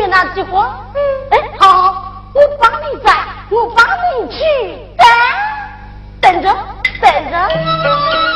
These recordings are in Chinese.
那句话。哎，好，我帮你摘，我帮你去。等着，等着。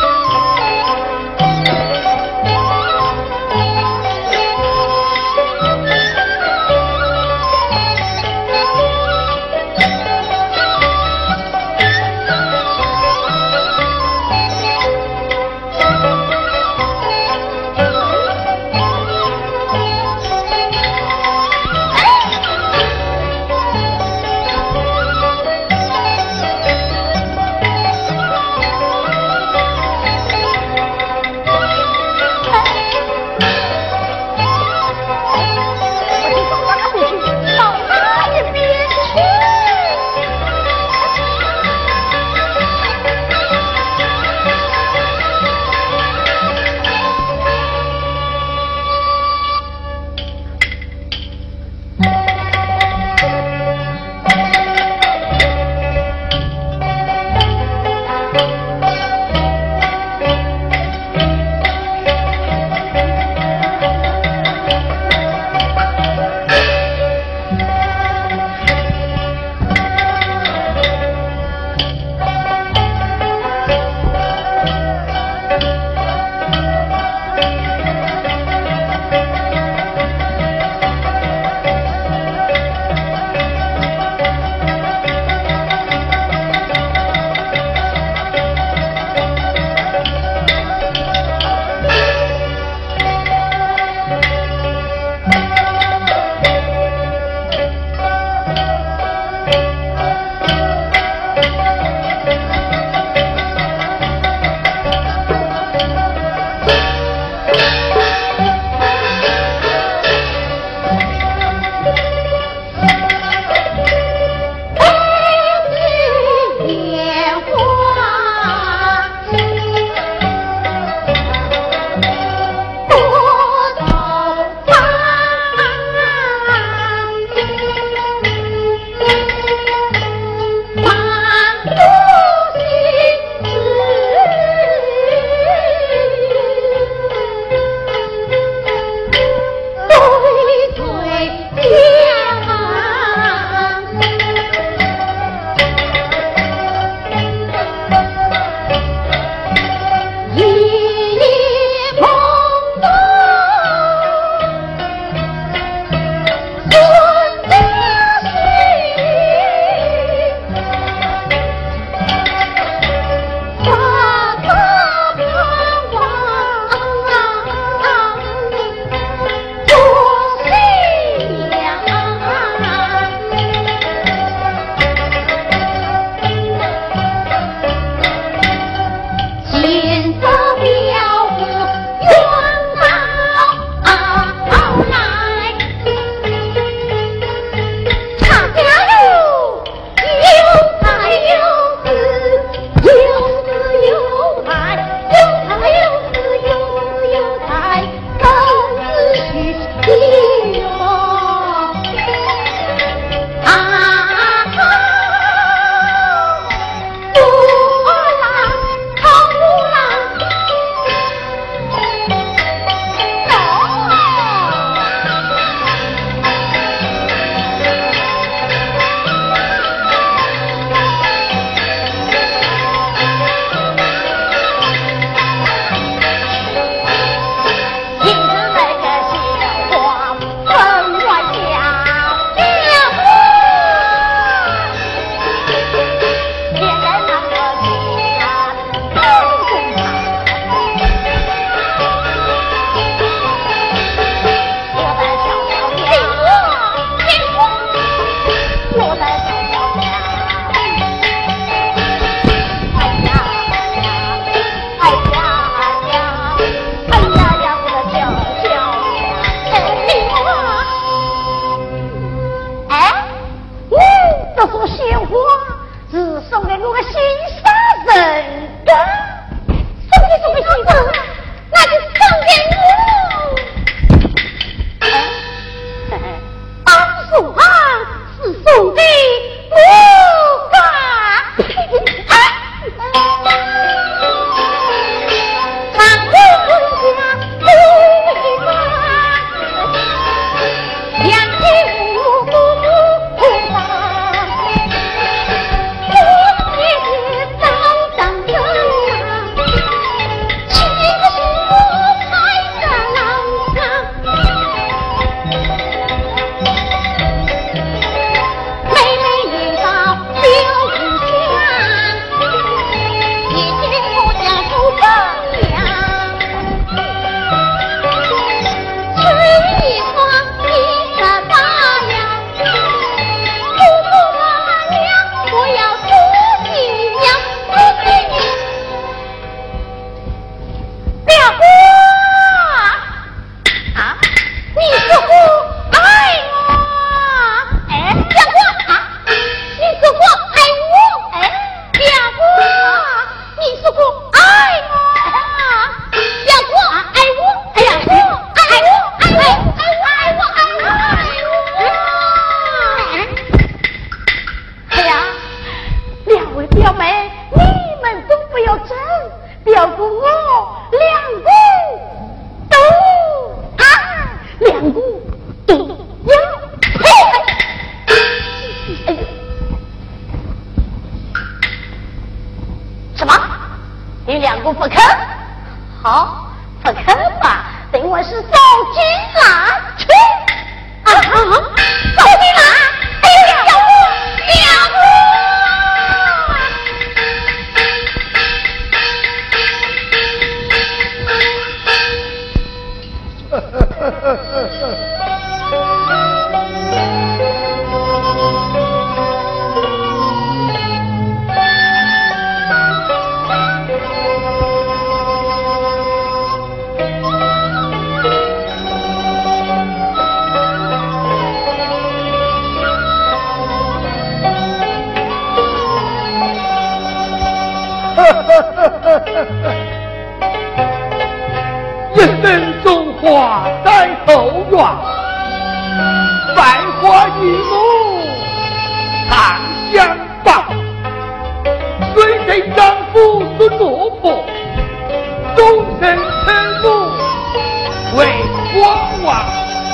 一生种花在后院，百花一木常相伴。虽对丈夫所落魄，终身称母为光王。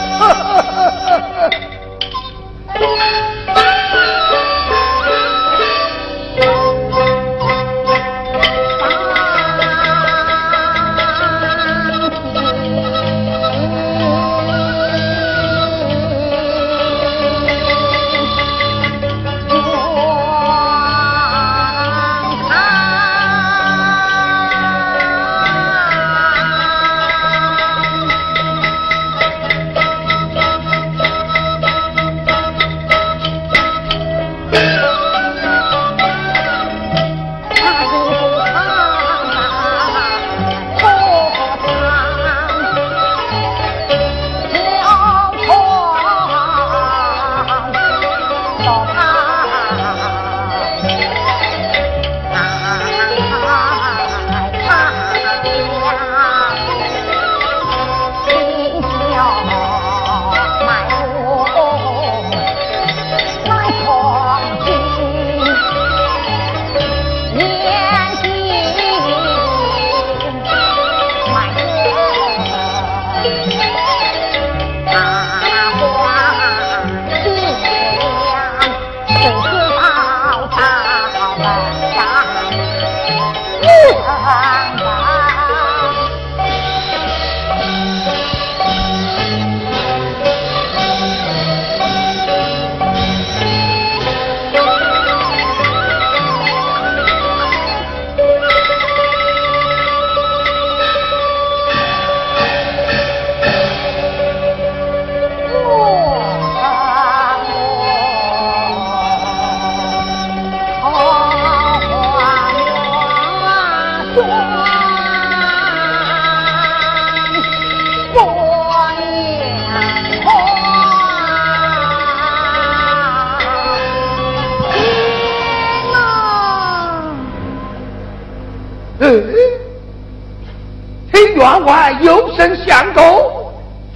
听员外有声相告，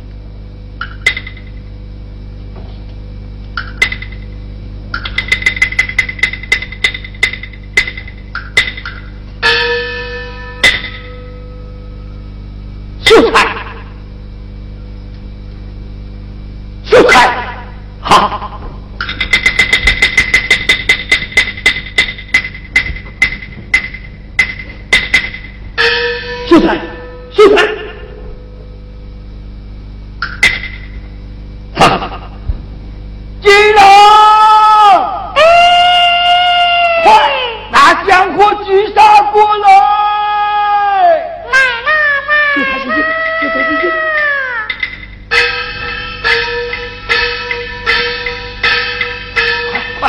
秀才，秀才，好。秀才，秀才，哈，金龙，快拿香火举杀过来！ 来啦来！ 秀才进去，秀才进去。快！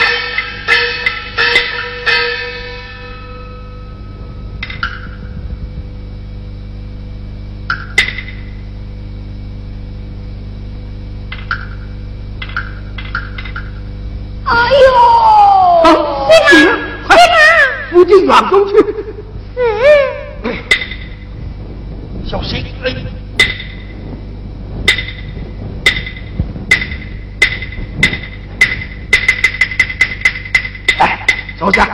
哎呦！ 进来，快！扶进院中去。 是。 小心！哎，坐下。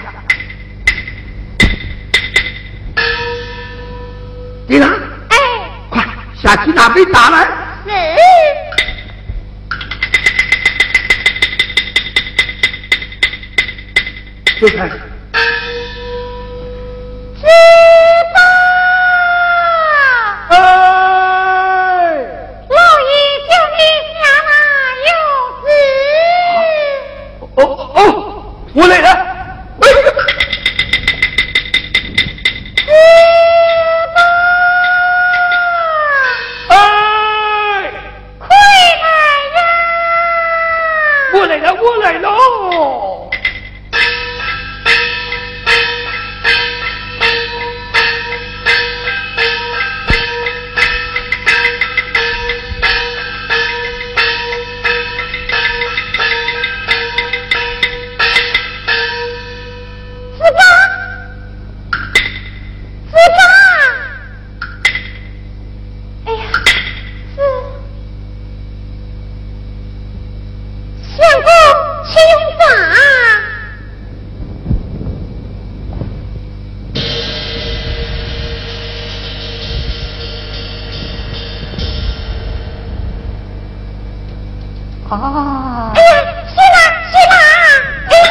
丽娜， 哎， 快下去拿杯茶来。 是。 秀才， 知道。 哎， 老爷叫你下马有旨。 哦，我来了。我来喽！ 知道，知道。 啊！哎呀，是啦！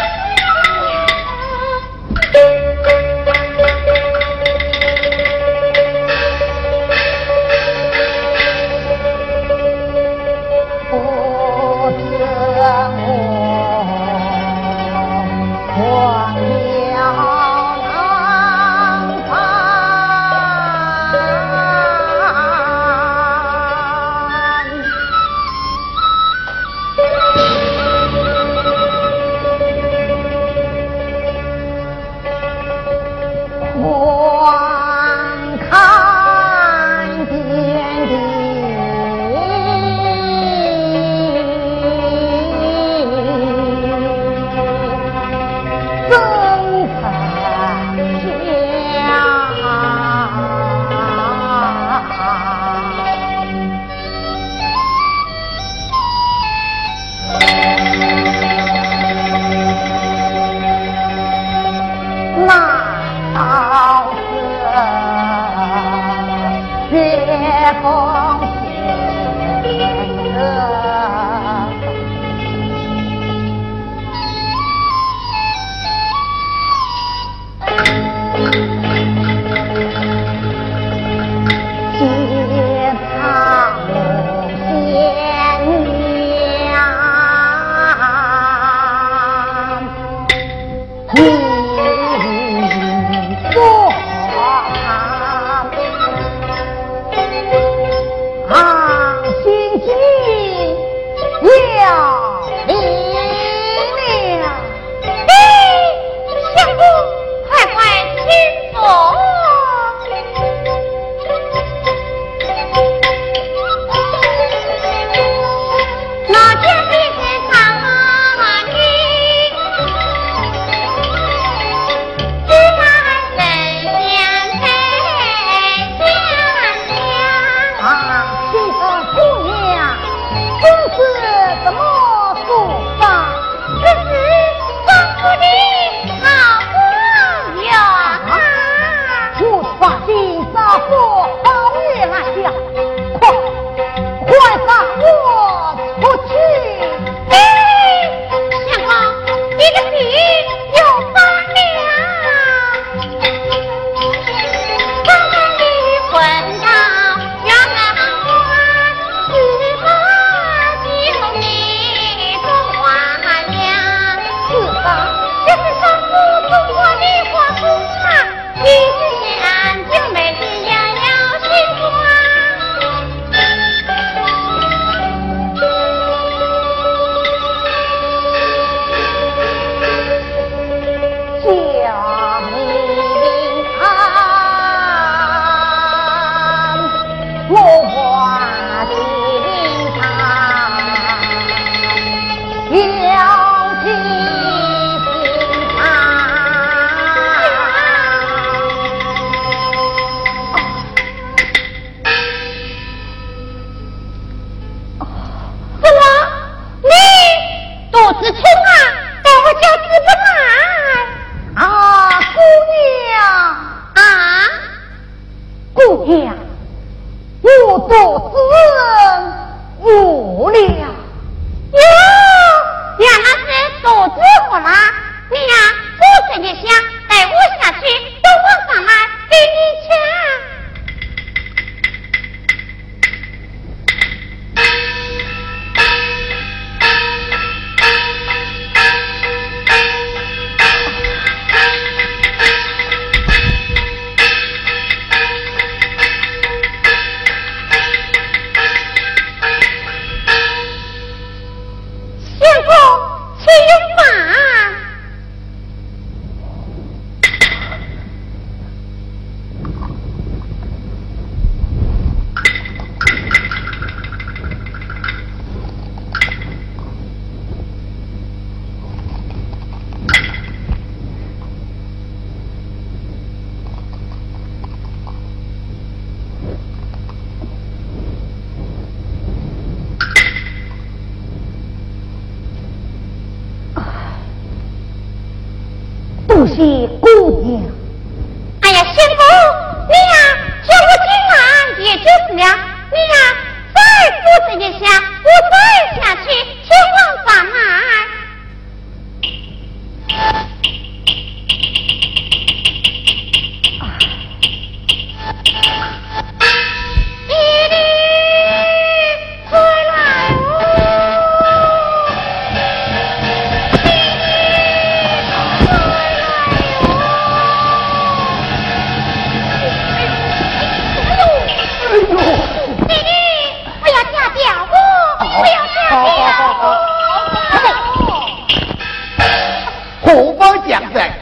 不是姑娘。 哎呀，仙姑，你呀，叫我今晚也就是了。你呀，再不这一下，我再下去，千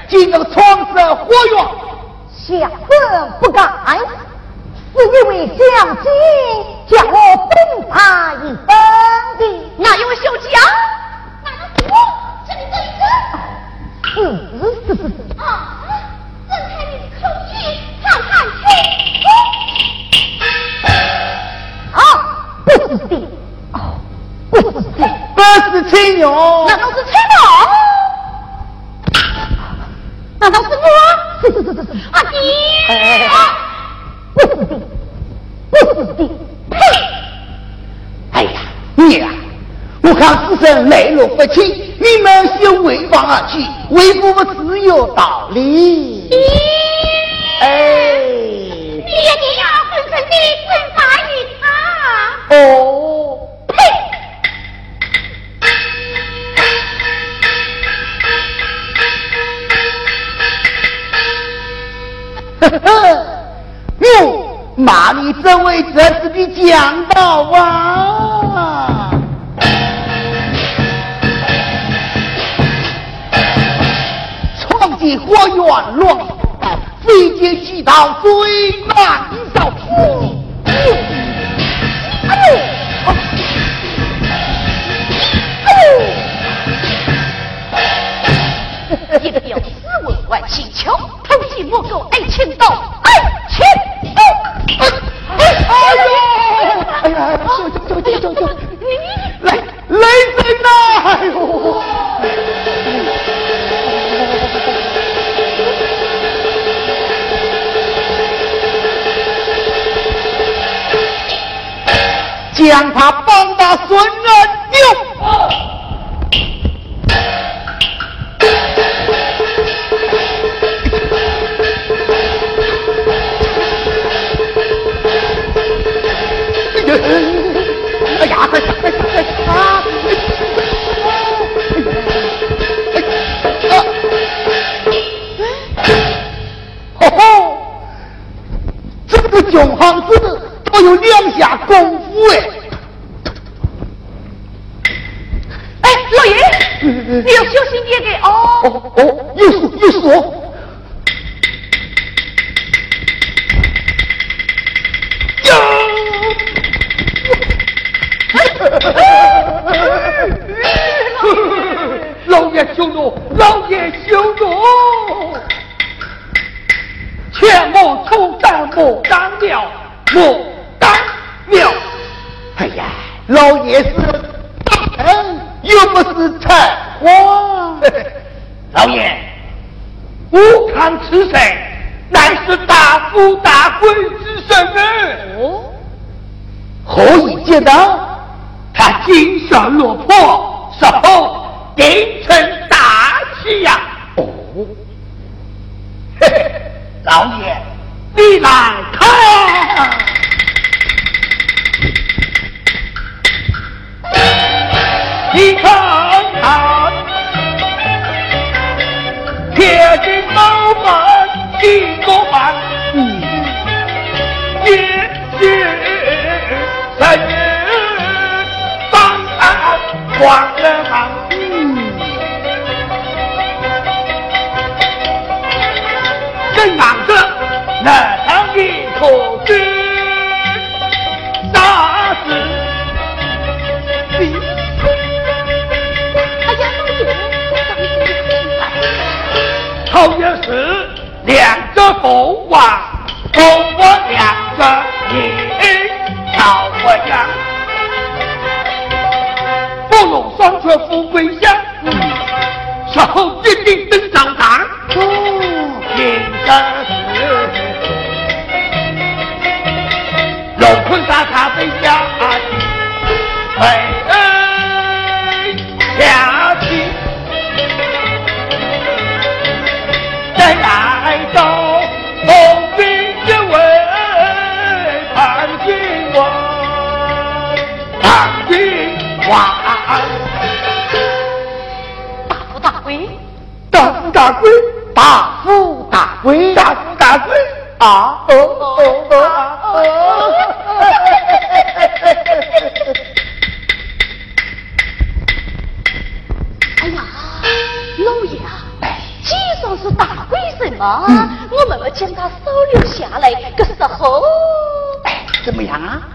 竟能闯入火院， 下生不敢，是因为将军叫我封他一封的。 哪有休假？哪能是我？这里这里是啊！睁开你的口去，看看清不是的，不是的， 不是青牛， 那都是吹毛。难道是我？ 是阿弟， 不是的，不是的， 呸！ 哎呀，你啊，我看此生来路不清，你们是为王而去，为父母自有道理。哎， 你也得要分分的分发于他。 哦， 呸！ 呵呵，我骂你这位这次的讲道啊！闯进火院乱飞剑去到最难受。 一个要斯文外请求，偷鸡摸狗爱情刀，爱情刀。 哎呀，走，来人呐！哎呦！将他绑到孙人牛。哎呀，快！吼！这个穷汉子都有两下功夫哎，老爷，你要小心点的哦。 有说。老爷休怒！切莫出战莫当了。哎呀，老爷是大人，又不是菜花。老爷，我看此生乃是大富大贵之身哦。何以见得？他精神落魄，死后定成大器呀！哦，嘿嘿，老爷，你来看，你看看，铁金毛门金国板，也是生日方案光了行。正忙着那场一口之大事，后也是两个父王，父我两个你讨我养，不容双全富贵乡，稍后决定登上堂。应该是龙坤沙咖啡家被下去，再来到东兵之位潘金王，大贵，大富大贵啊！ 哎呀，老爷啊，既算是大鬼神嘛，我们要将他收留下来个时候， 哎，怎么样啊？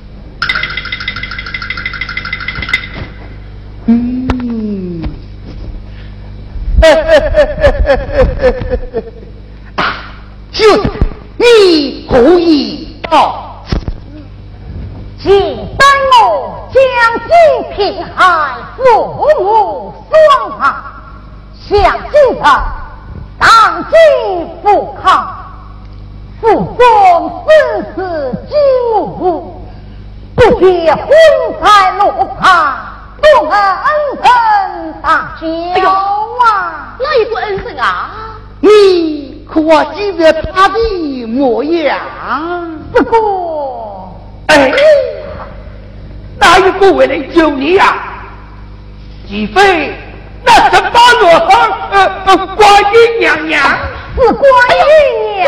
啊，秀才，你可以到此。 请待我将金平海父母双亡，向今日当今富康，父宗生死之母，不结婚在路旁，多恩恩大交啊！ 哪一个恩人啊？ 你可记得他的模样？ 不过， 哎，哪一个为了救你呀？岂非那什么观音娘娘？ 是观音娘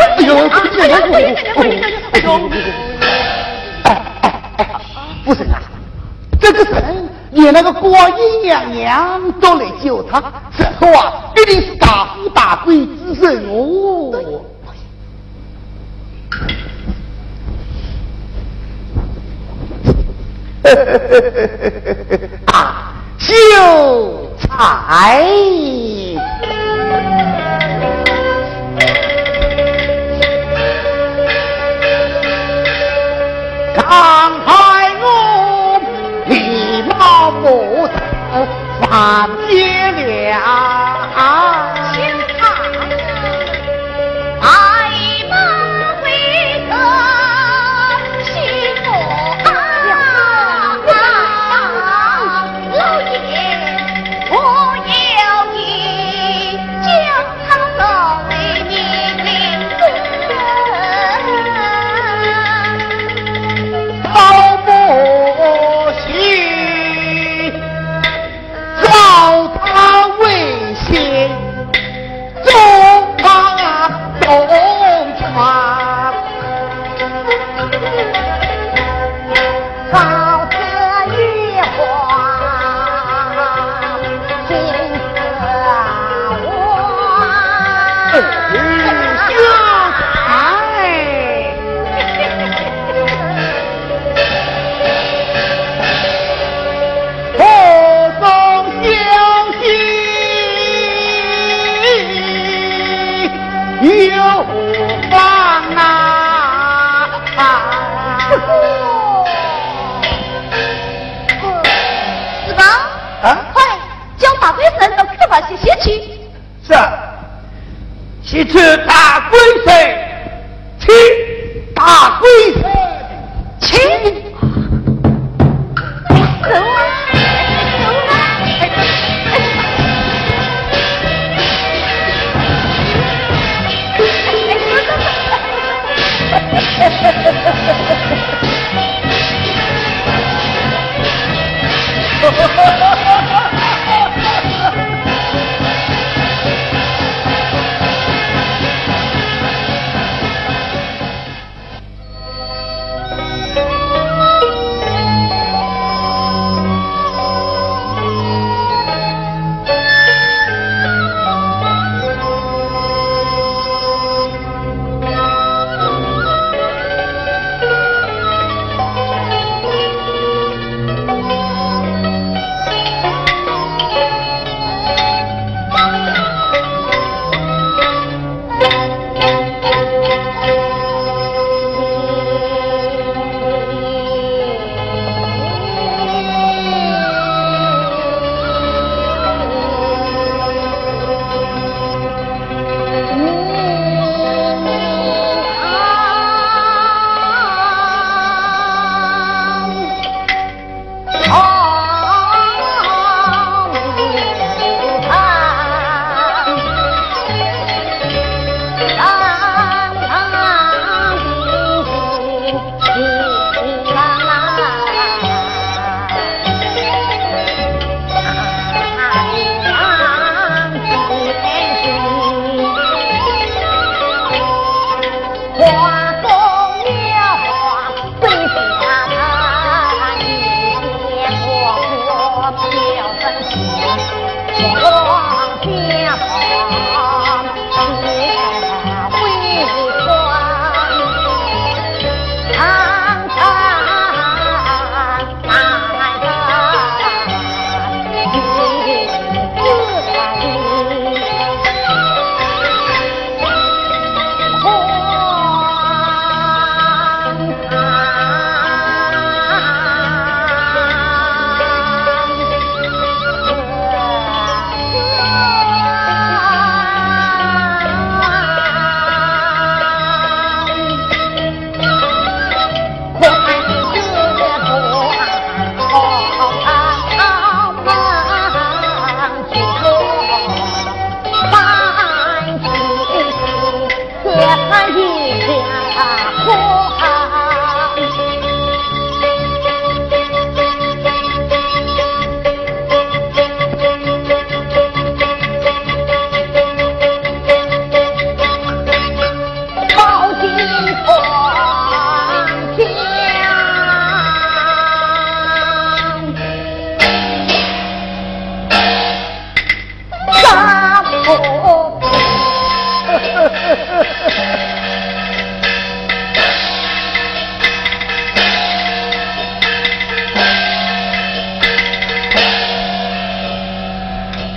不是啊，这个神连那个观音娘娘都来救他，此后啊，必定是大富大贵之神哦。啊，秀才，刚才我礼貌不曾犯接了。其次大鬼神，请大鬼神，请。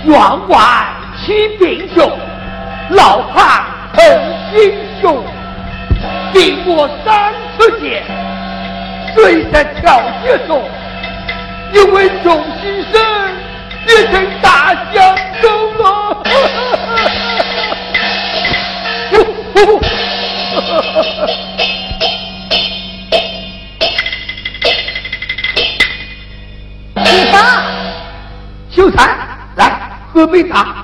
员外起兵凶，老汉狠心凶，定我3次剑，虽在条件中，因为众牺牲，也成大相公了。 李大， 秀才，来喝杯茶。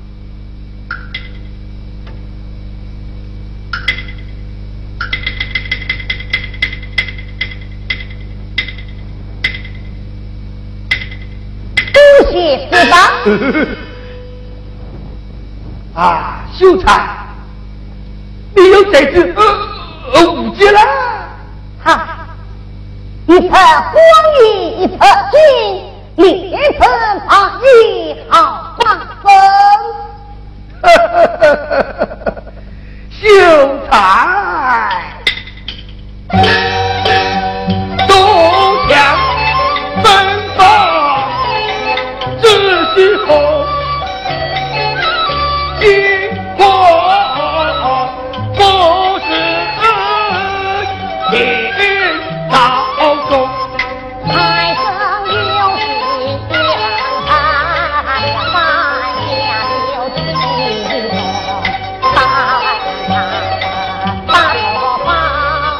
多谢师长。 啊，秀才，你有这次误解了。 哈，一侧黄衣，一侧金，连城旁一号放风。 秀才，东墙奔放，只是红，金黄不是天道中。 海上有喜洋海，万家有情同，大罗房。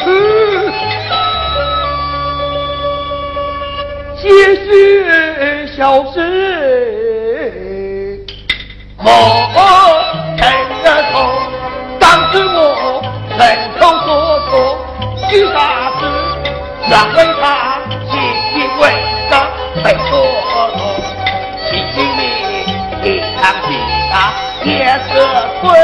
些许小事，莫承认头。当时我忍口所说，许啥子让为他心为的被捉弄，心里一场气他也是亏。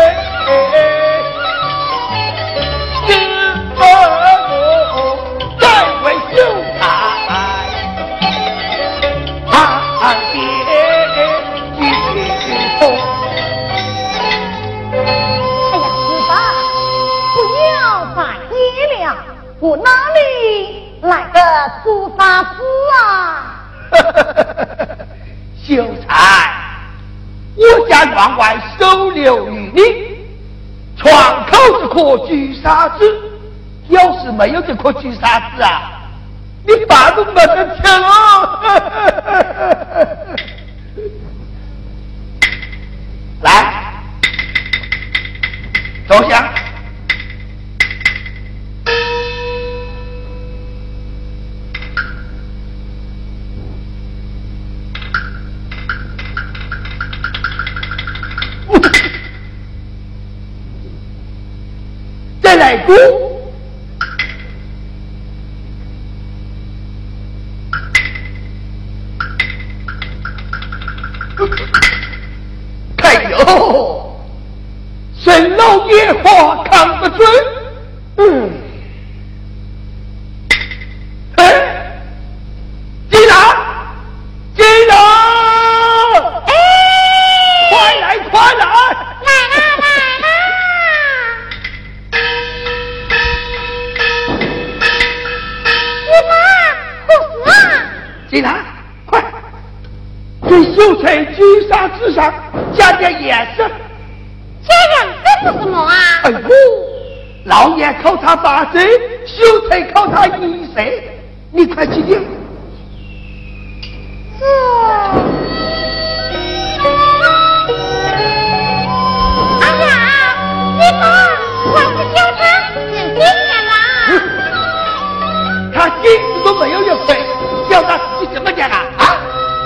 只不我再为秀才，他别去痛。 哎呀，师爸，不要再提了，我哪里来的朱砂子啊？ 秀才，我家员外收留于你，窗口这颗聚沙子，要是没有这颗聚沙子啊，你饭都没得吃了。来，坐下。再来过。哎呦，沈老爷话看不准。进来，进来！ 哎， 快来，快来！ 来啦！师爸，护士啊！ 进来，快！给秀才聚沙之上加点颜色。 这样这是什么啊？ 哎呦，老爷靠他发色，秀才靠他衣色，你快去点。 哎呀，师爸，我是教他很经验啦。 他镜子都没有一回，叫他自己怎么讲啊？啊？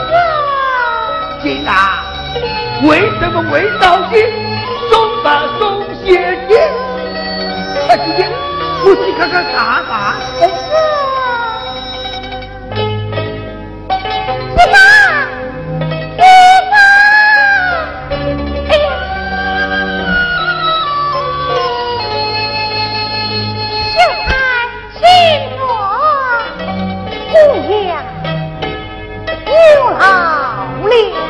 金啊，为什么未到底送把送鞋的？快去点，我去看看啥吧。 师爸，师爸，哎呀，秀才请我，姑娘有劳了。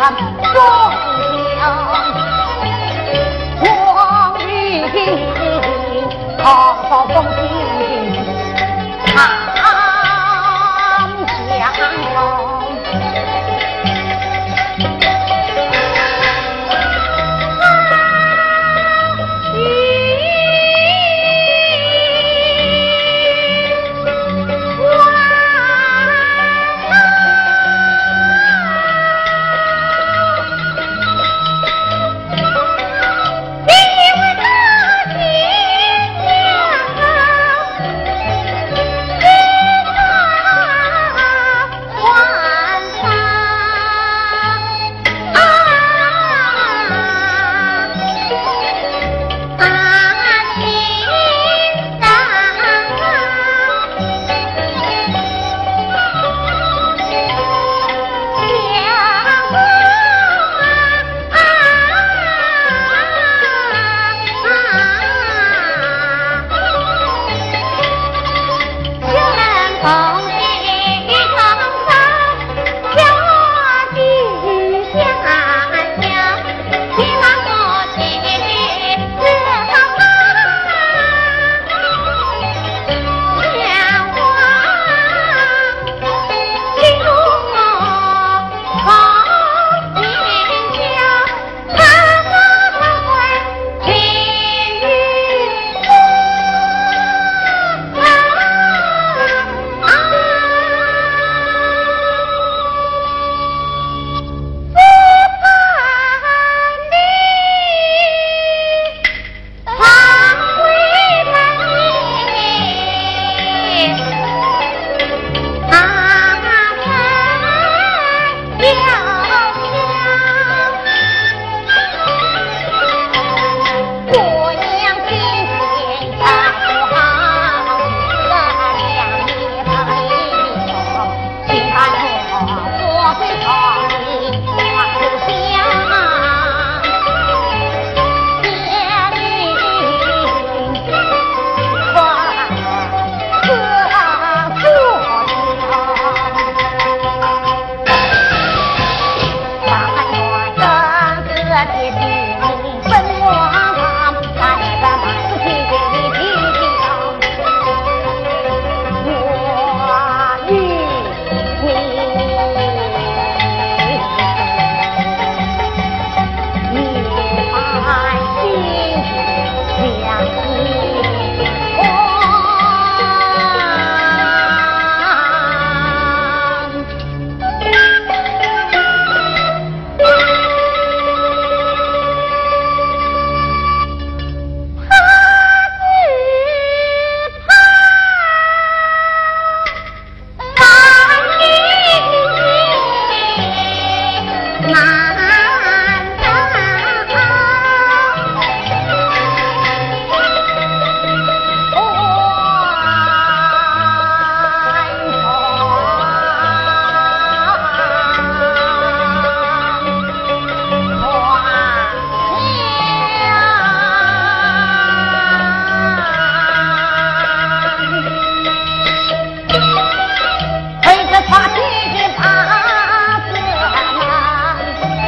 推着茶几的耙子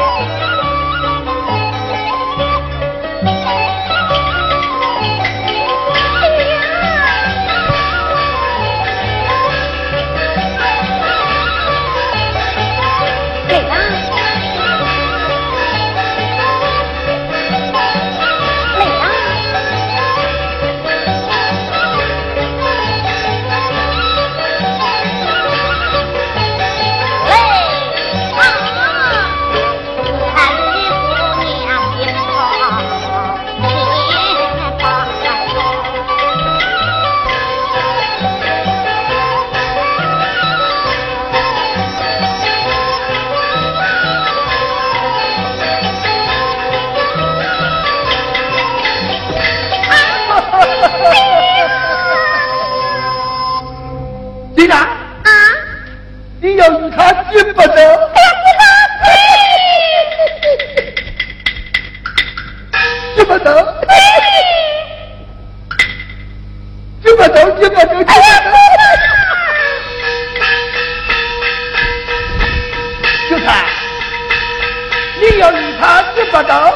定要与他结不到，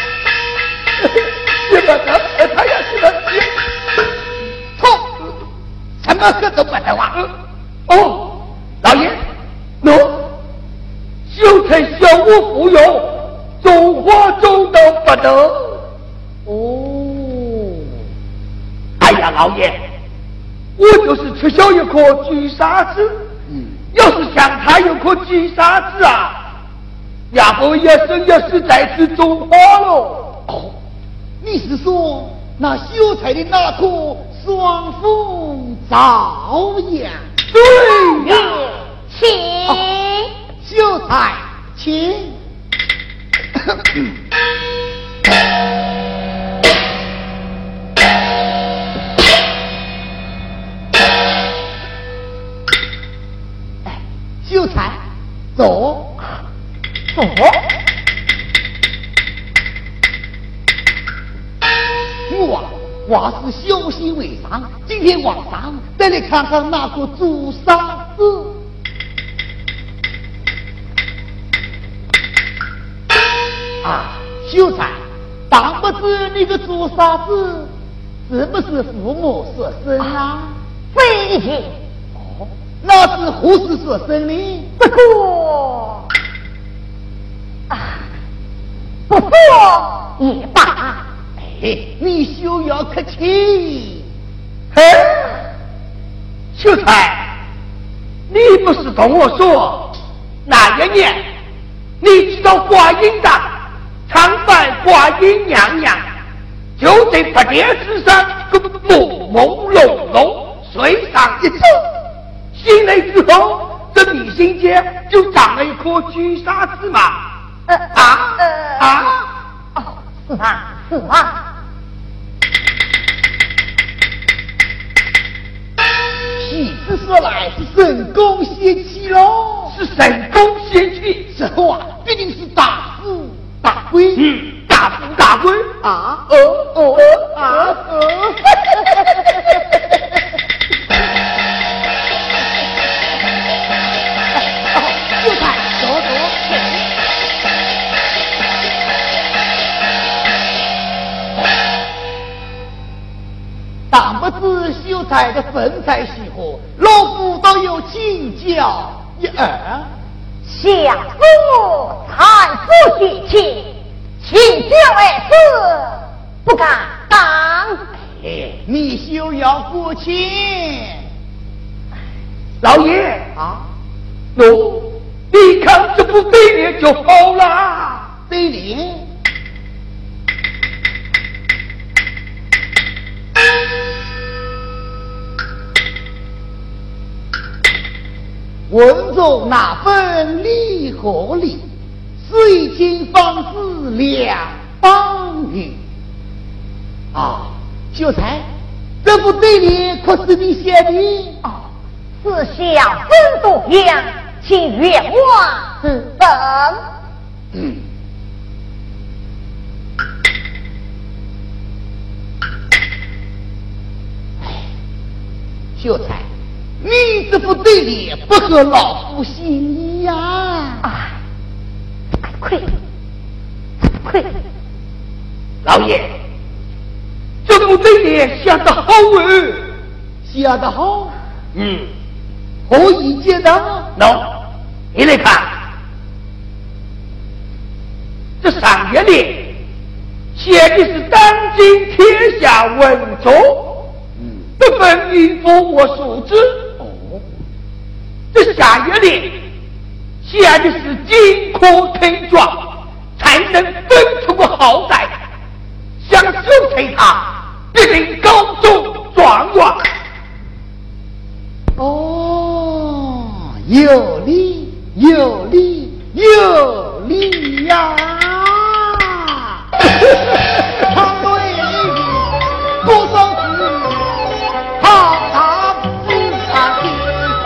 结不到，他要是能结， 错，什么个都不得啊！ 哦，老爷，喏，秀才小我服用，中华中都不得。 哦， 哎呀，老爷，我就是缺少一颗聚沙子，要是像他有颗聚沙子啊，要不一生一世在此种花喽。 哦，你是说那秀才的那颗双峰照阳？ 对呀， 请秀才，请。秀才，走。 走。 我是修心为上，今天晚上带你看看那个朱砂子。啊，秀才，当不知你个朱砂子是不是父母所生啊？ 非也。 哦，那是何时所生呢？ 不过不说也罢。 哎，你休要客气。 秀才，你不是同我说哪一年你知道观音的常拜观音娘娘，就在不殿之上朦朦胧胧睡上一觉，醒来之后这迷心间就长了一颗聚沙子嘛。 是吗？是吗？ 喜字说来是神功仙气喽， 是神功仙气， 此后啊，必定是大富大贵。 大富大贵啊！秀才，走。当不知秀才的风采如何，老夫倒有请教一二。 相父参夫喜庆，请教二字不敢当。 你休要过谦。 老爷啊， 你看这副对联就好了。 对联。文中那分离合理，水清方知两方语。啊，秀才，这副对联可是你写的？ 自小分度样，请原话自本。 秀才，你这副对联不合老夫心意呀！ 亏， 老爷，这副对联写得好写得好。何以见得？ 你来看，这上一联写的是当今天下文绉，不分民夫我所知。这下一联写的是金科推壮，才能分出个好歹，想秀才他必定高中状元。 有理呀！常对多少次好大不差劲，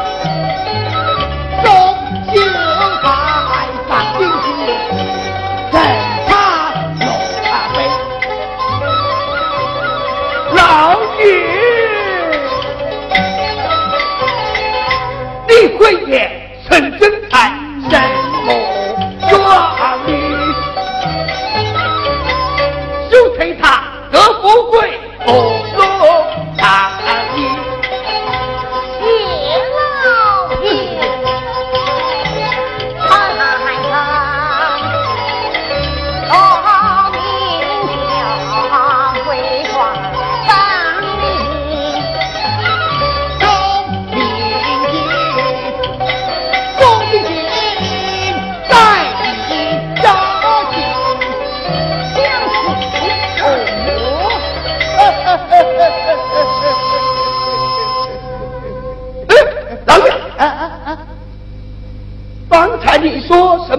终究还上进去，真差有杯。 老爷，你慧眼陈真才什么冤？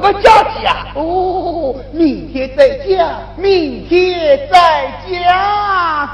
么假期啊？ 哦，明天再讲，明天再讲。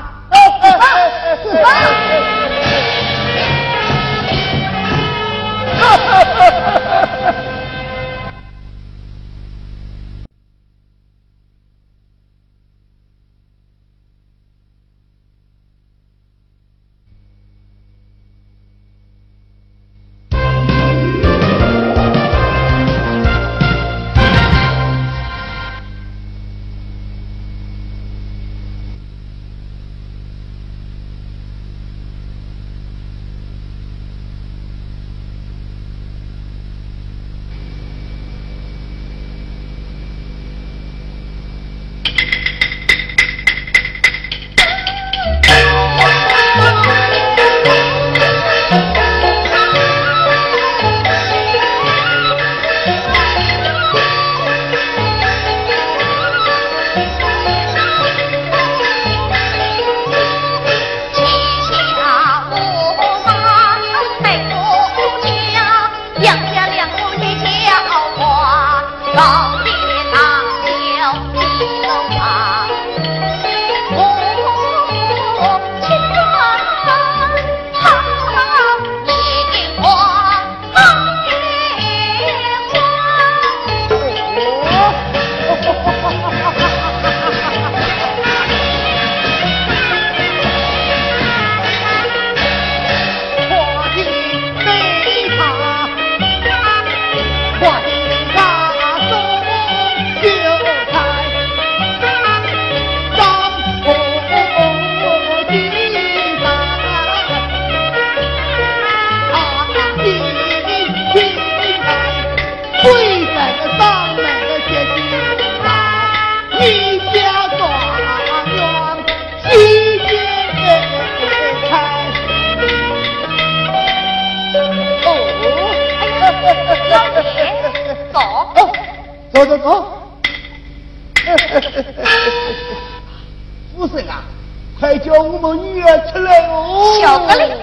走，夫人啊，快叫我们女儿出来哦！ 小个哩，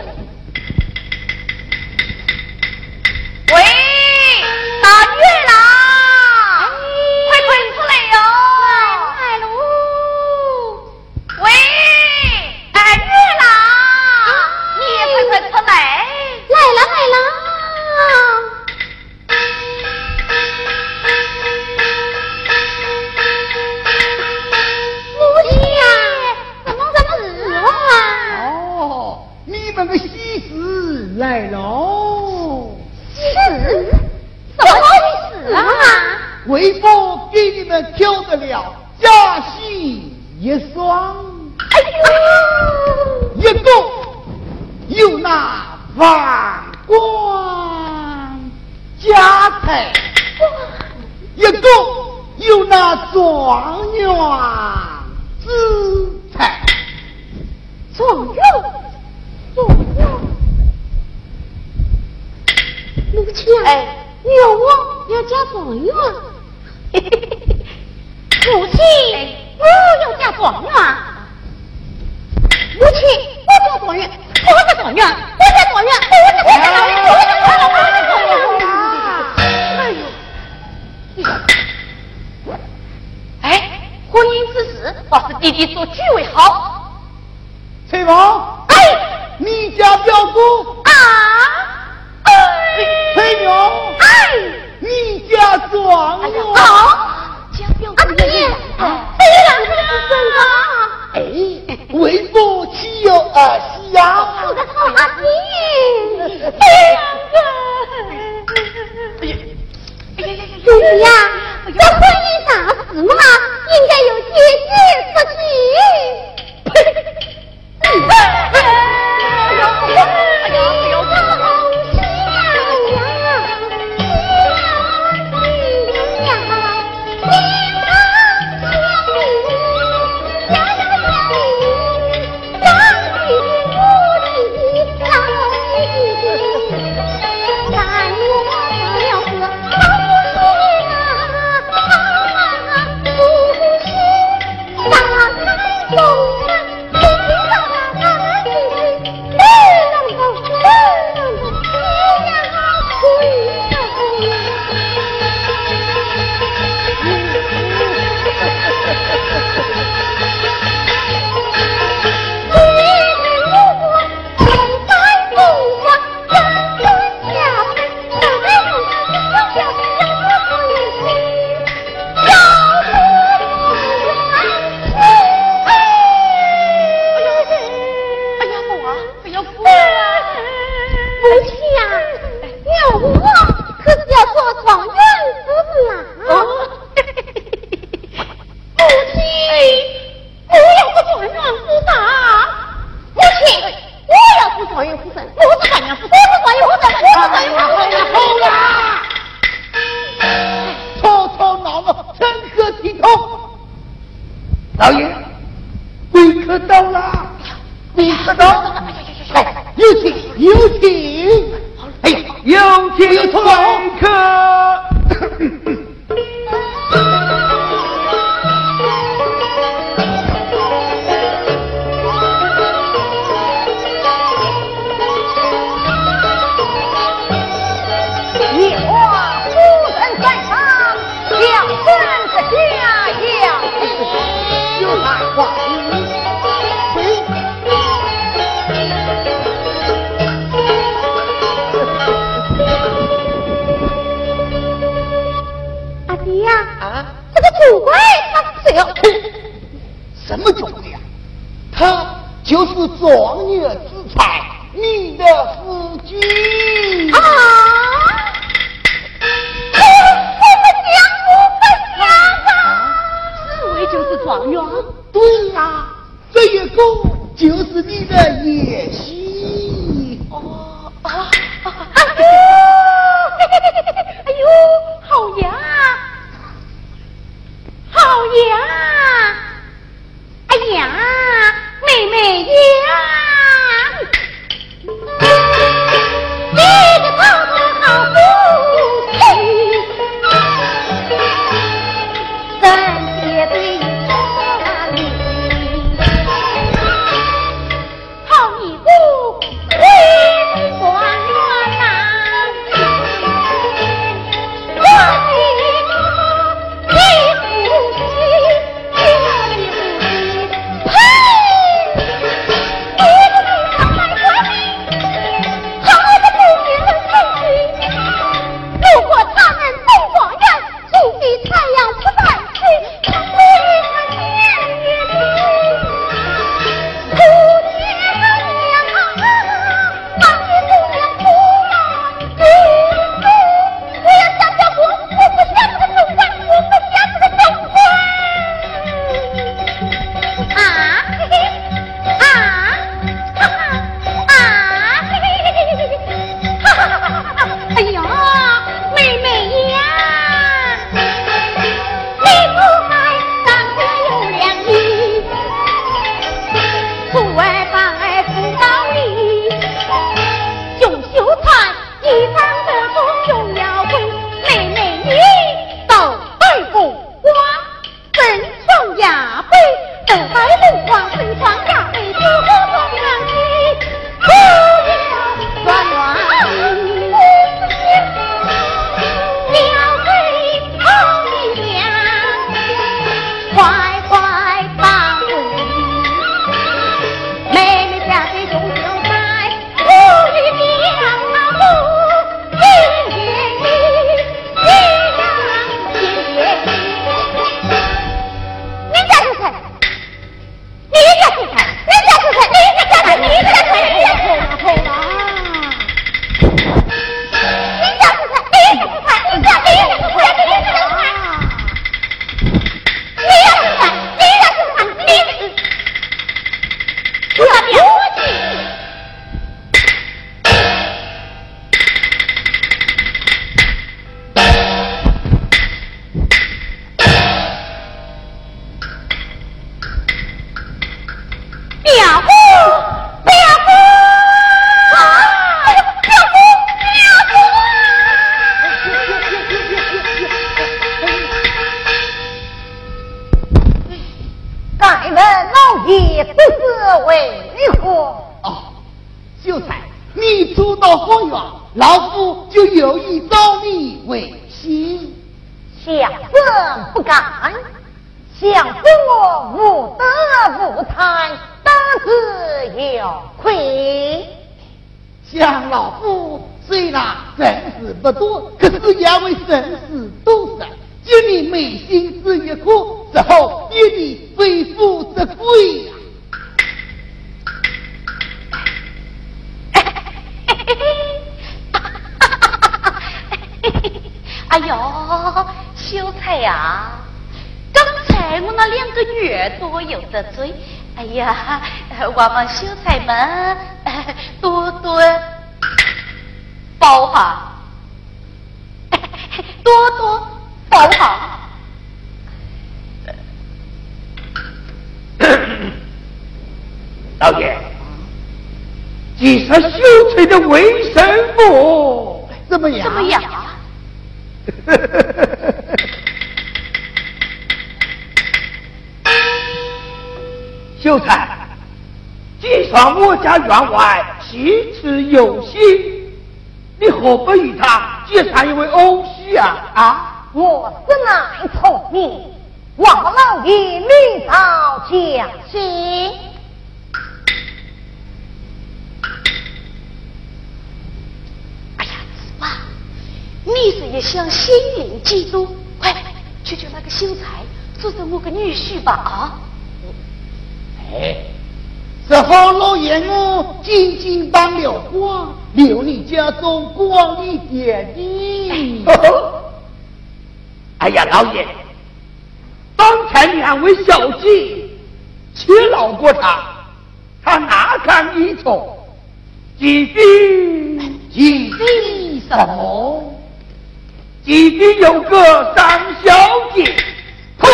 喂，大女儿啦，快出来哟！来喽！喂，大女儿啦，你也快出来！来了。 那个喜事来喽！ 喜事？什么喜事啊？ 为父给你们挑得了佳喜一双， 哎呦， 一个有那万贯家财，一个有那状元之才， 状元。母亲啊，有我要嫁状元。母亲，我要嫁状元。母亲，我嫁状元，我嫁状元，我嫁状元，我嫁状元，我嫁状元。哎，婚姻之事，倒是弟弟做居为好。 翠芳， 哎， 你家表姑啊。 翠娘， 哎， 你家状元， 家表哥爷，非常身高， 哎，为父岂有儿媳呀？ 我的好阿弟，非常主子呀，这婚姻大事嘛，应该由姐姐说起。 老爷，贵客到了，贵客到， 来，有请有请， 哎呀，有请贵客。 主贵他是要什么主贵呀？他就是状元之才，你的夫君啊！我们家不分家啊！此位就是状元。 对呀，这一个就是你的野媳。 哦啊！哎呦，好呀！好呀！哎呀，妹妹呀！你的头头好福气，咱也对家里好一股回光远呐！ 老夫就有意招你为妻。 相公不敢，相公我无德无才，得之有愧。 像老夫虽然本事不多，可是也为生事多善。就你昧心之一颗，之后也得非富则贵呀。 哎呦，秀才呀，刚才我那2个月多有的罪，哎呀，我们秀才们多多包涵，多多包涵。 老爷，既是秀才的为生母， 怎么样？ 怎么样？ 秀才，既算我家员外其次有心，你何不与他结上一位偶婿啊？ 我是乃聪明，望老爷明早将息。 哎呀，子妈，你是一向心灵基督，快去求那个秀才做成我个女婿吧啊！ 哎，只好老爷我紧紧帮了光，留你家中光一点的。 哎呀，老爷，方才两位小姐却饶过他，他哪敢依从？几几滴什么？ 几滴有个张小姐， 哼！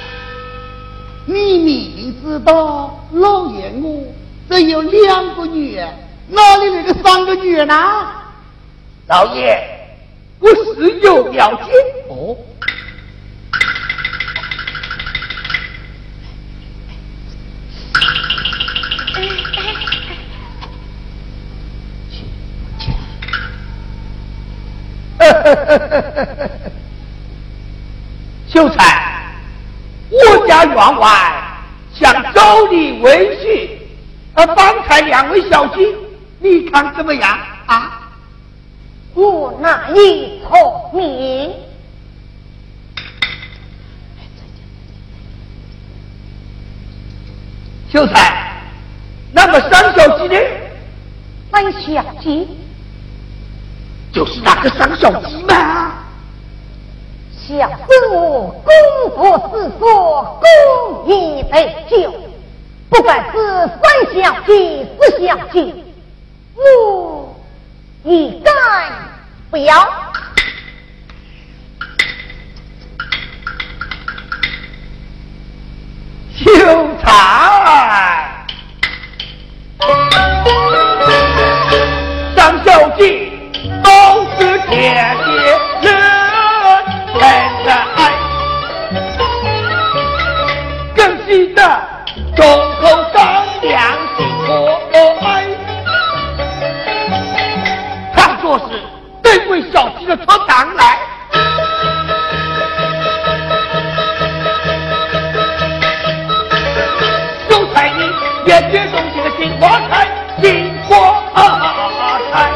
你明明知道老爷我只有2个女儿，哪里来的3个女儿呢？ 老爷，我是有了解。 哦。 秀才，我家员外想招你为婿，方才两位小姐，你看怎么样啊？ 我乃一聪明， 秀才，那么三小姐呢？ 三小姐就是那个三小姐嘛。 小师我功夫四所，功以为久，不管是三小姐四小姐，我一概不要。 秀才，三小姐都是铁血人才，更记得忠厚善良心可爱，看作是这位小姐的特长来。也别动心的杏花开，杏花开。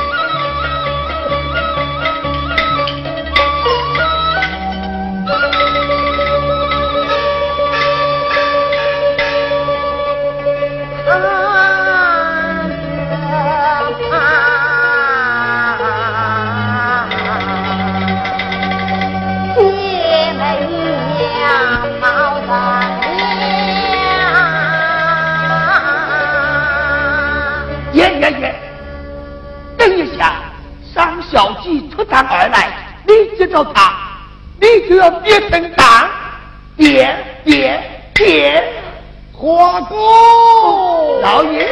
等一下，三小姐出堂而来，你见到他，你就要别成党，别， 花哥， 老爷。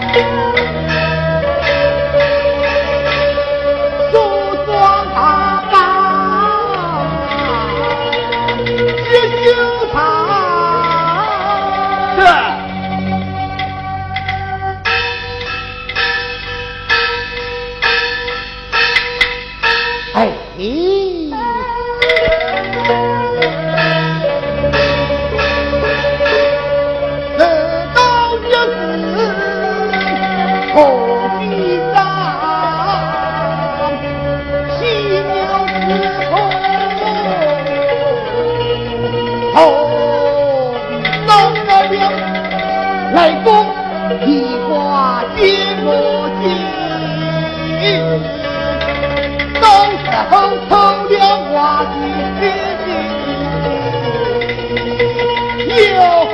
梳妆打扮，接秀才。 是。 哎，这到日子何必当？犀牛之痛，何必当得了？来公一挂接我进。到时候偷了我的有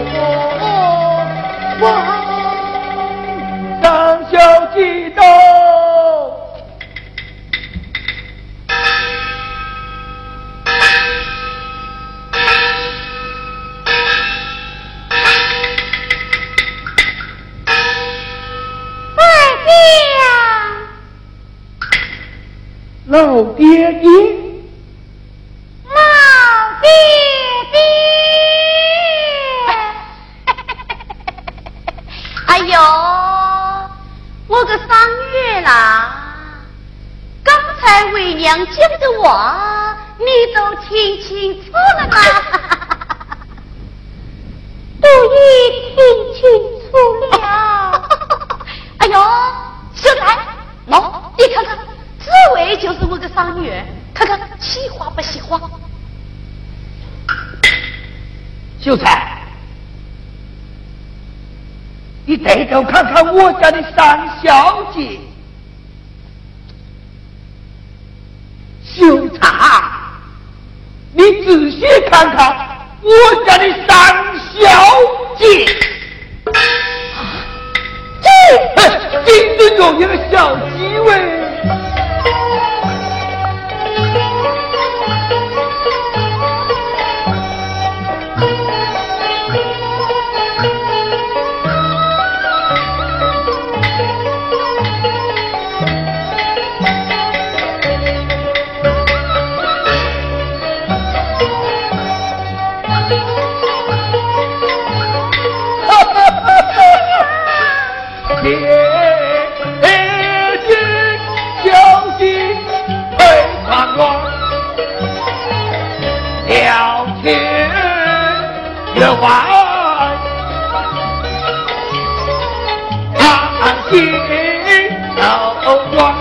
望张小姐到。 老爹爹， 老爹爹。 哎呦，我个赏月啦！刚才为娘讲的话，你都听清楚了吗？ 都已听清楚了。 哎呦，秀才，喏，你看看，这位就是我个赏月，看看喜欢不喜欢？ 秀才，你抬头看看我家的三小姐。秀才，你仔细看看我家的三小姐。金子有一个小鸡喂。月华安心守光，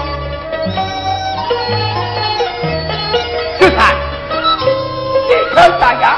秀才，你看咋样？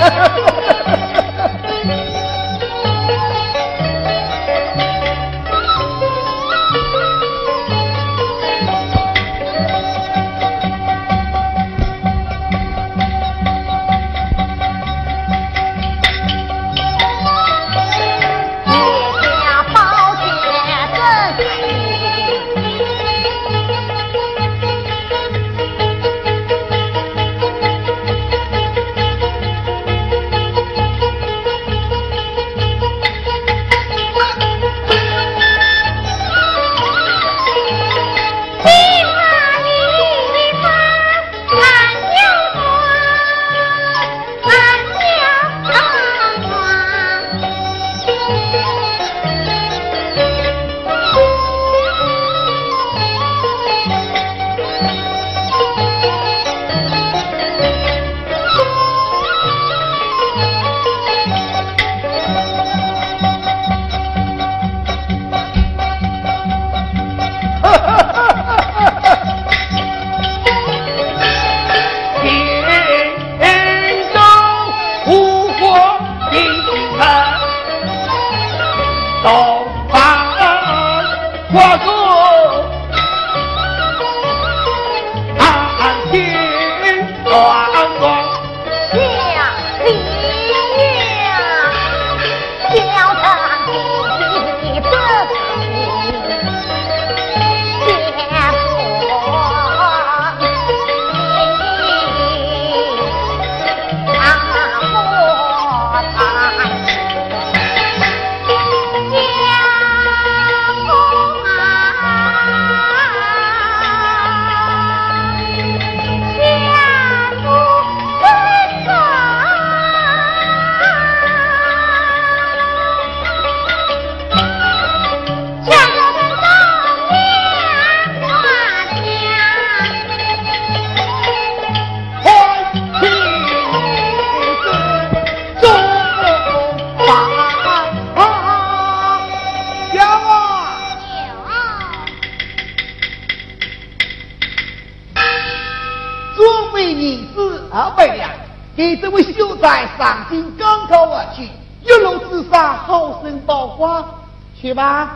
给这位秀才上京赶考而去，一路之上好生保管，去吧。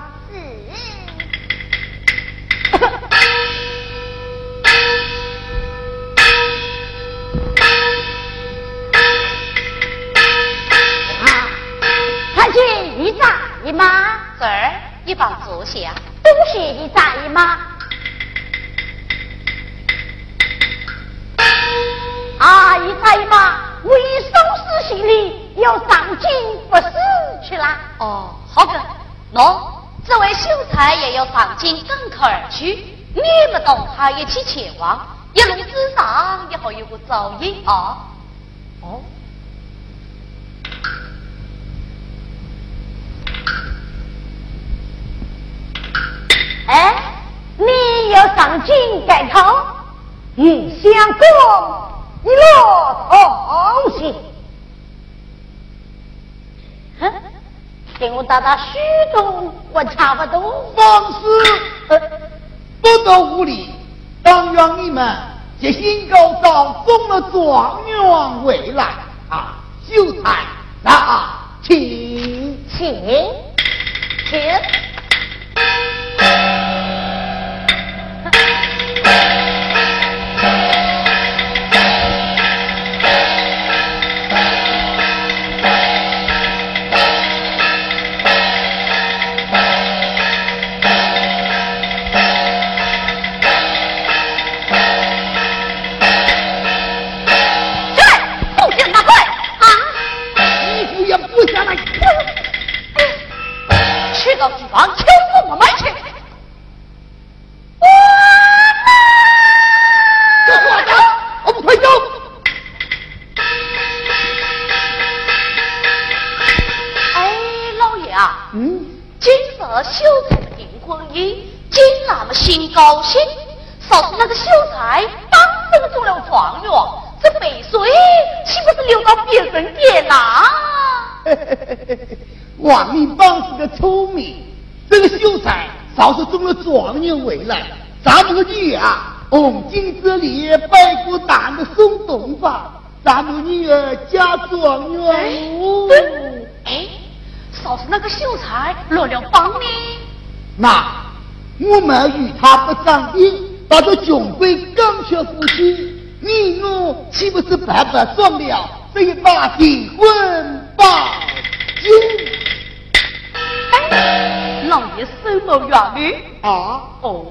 看见你在吗？ 这儿，你帮坐下。 东西你在吗？阿姨在吗？为收拾行李要上京不是去了。 哦，好的。喏，这位秀才也要上京赶考而去。 你们动他一起前往，一路之上也好有个照应啊。哦。 哎，你要上京改朝，与相公一路同行。哼，给我打打虚度，我差不多。 方师，不得无礼。但愿你们皆兴高召中了状元回来啊！秀才那请。 去到地方求我们去。 我们快走！ 哎，老爷啊，今日秀才的订婚宴，竟那么新高兴，说是那个秀才当真中了状元，这杯水岂不是流到别人店呐？ 王明帮是个聪明，这个秀才少是中了状元回来，咱们的女儿红巾这里拜过大的松洞房，咱们女儿嫁状元哦。 哎，少是那个秀才落了榜呢。 那我们与他不长定，把这穷鬼刚却夫妻，你我岂不是白白撞了这一把订婚宝金？ 老爷手谋远虑啊！ 哦。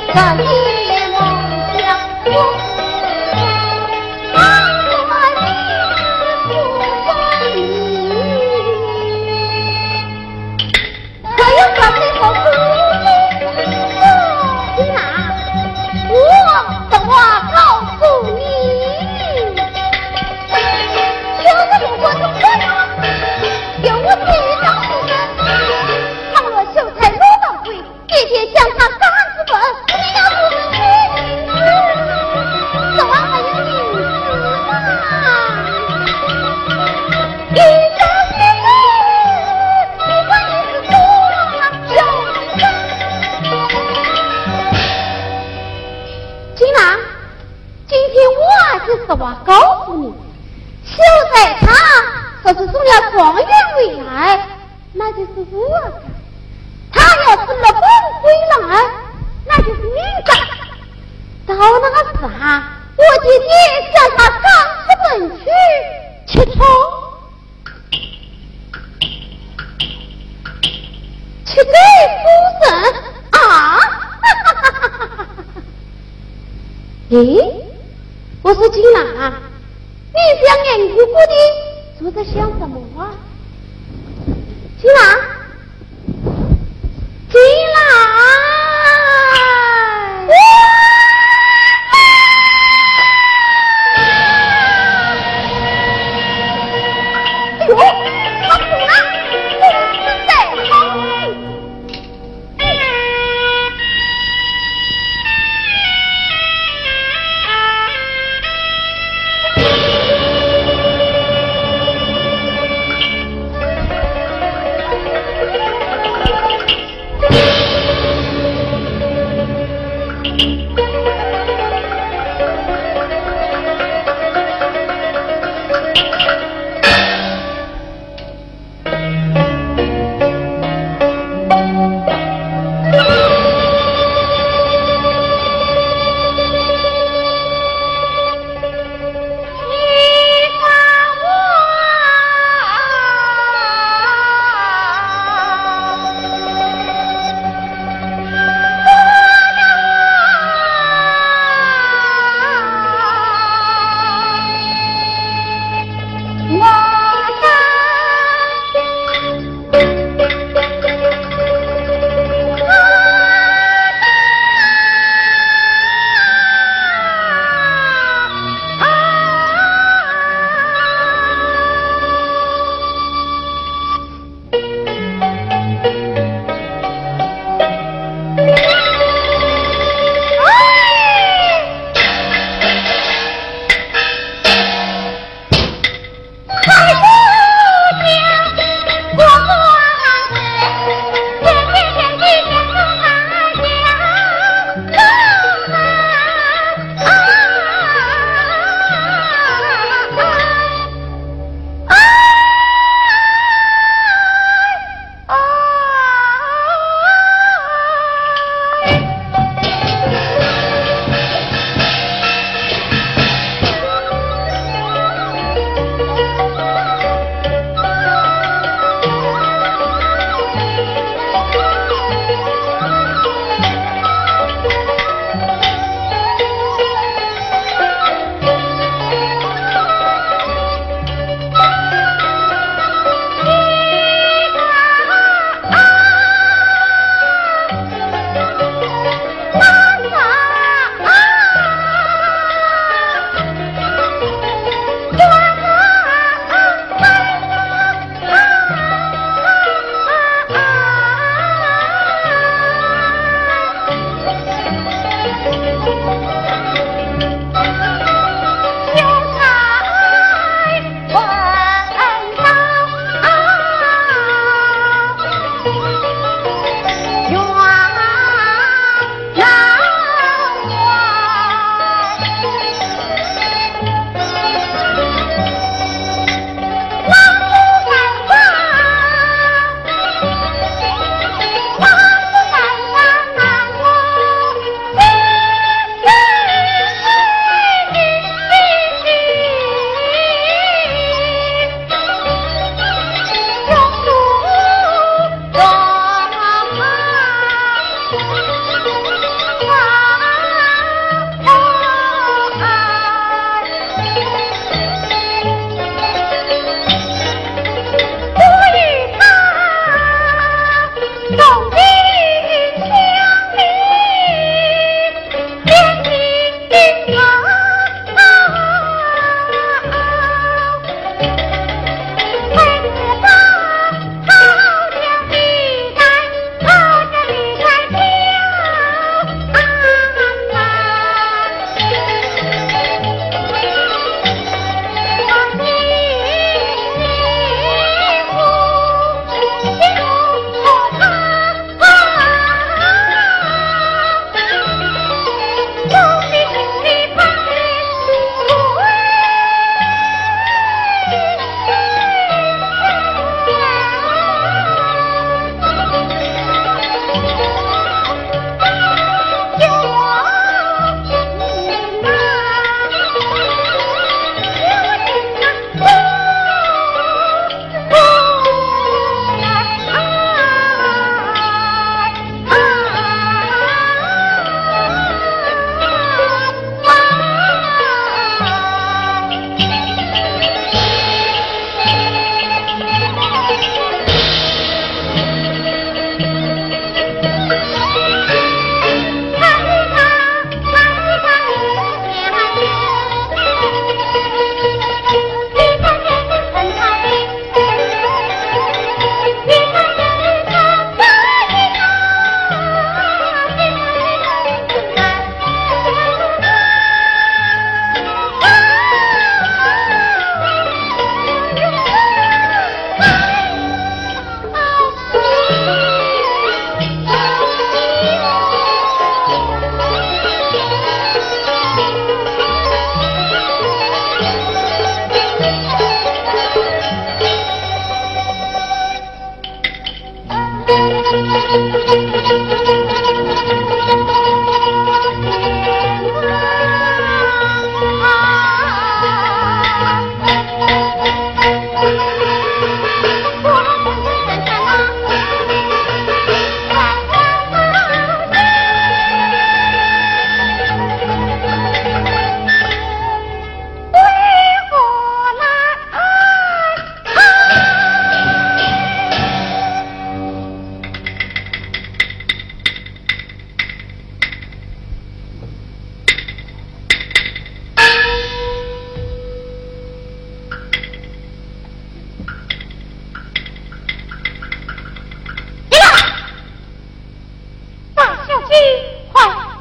我说金兰啊，你这样眼鼓鼓的，坐在想什么啊？金兰，金兰，哎呦，他哭了，我是在好。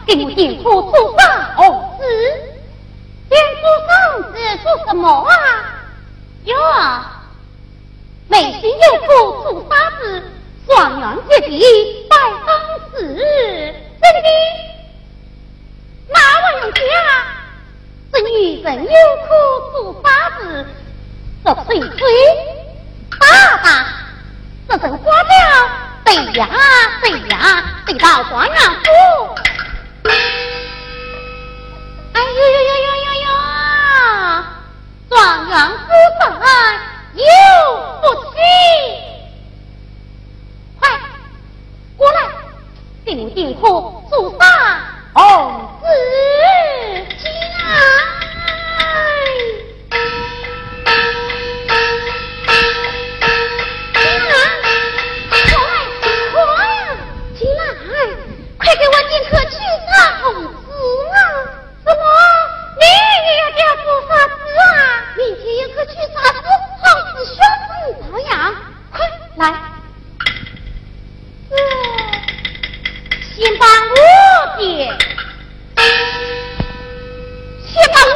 定我定府主杀儿子，连主上子做什么啊？ 哟， 内心有苦主杀子，双阳接地拜当时，真的？哪位有家？这女人有苦主杀子，这吹吹打打，这人花了，对呀对呀，对到双阳府。哎呦呦呦呦呦呦！状元夫人有福气，快过来，定定府主杀儿子进来，快给我进河去杀儿子啊！什么？你也要叫做杀子啊？明天有可去杀子，好子宣布这样，快来！先把我点，先把我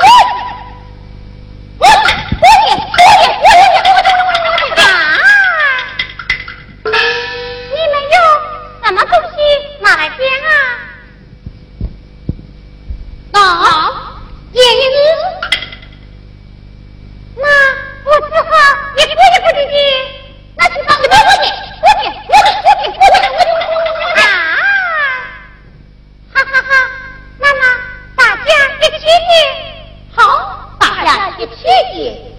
点啊！你们有什么东西拿来点啊？爷爷子，那我只好也不的，那去帮我点啊！哈哈哈，那大家一起点，好，大家一起点。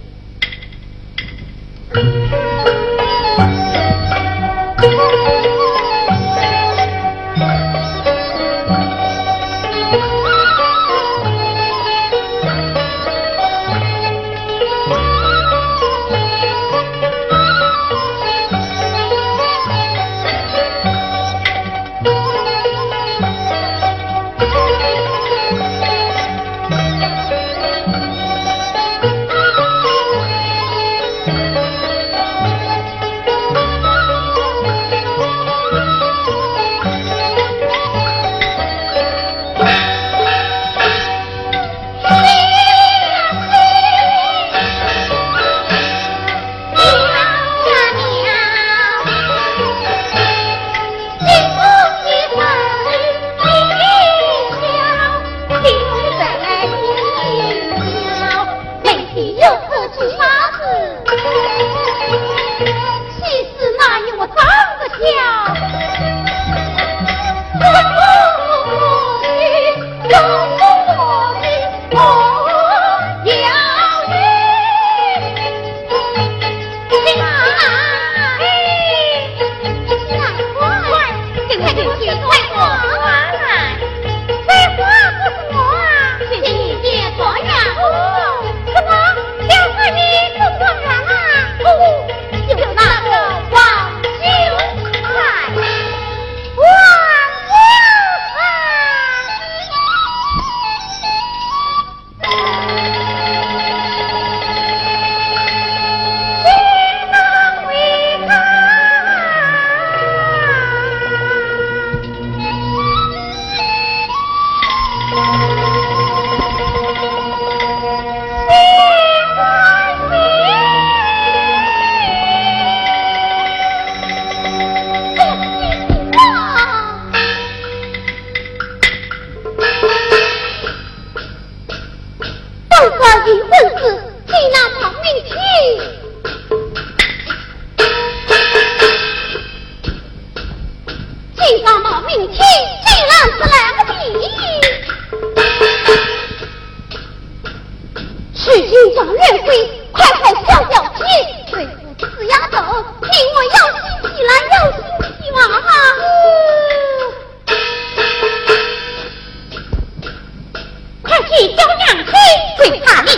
快去叫娘亲，最怕你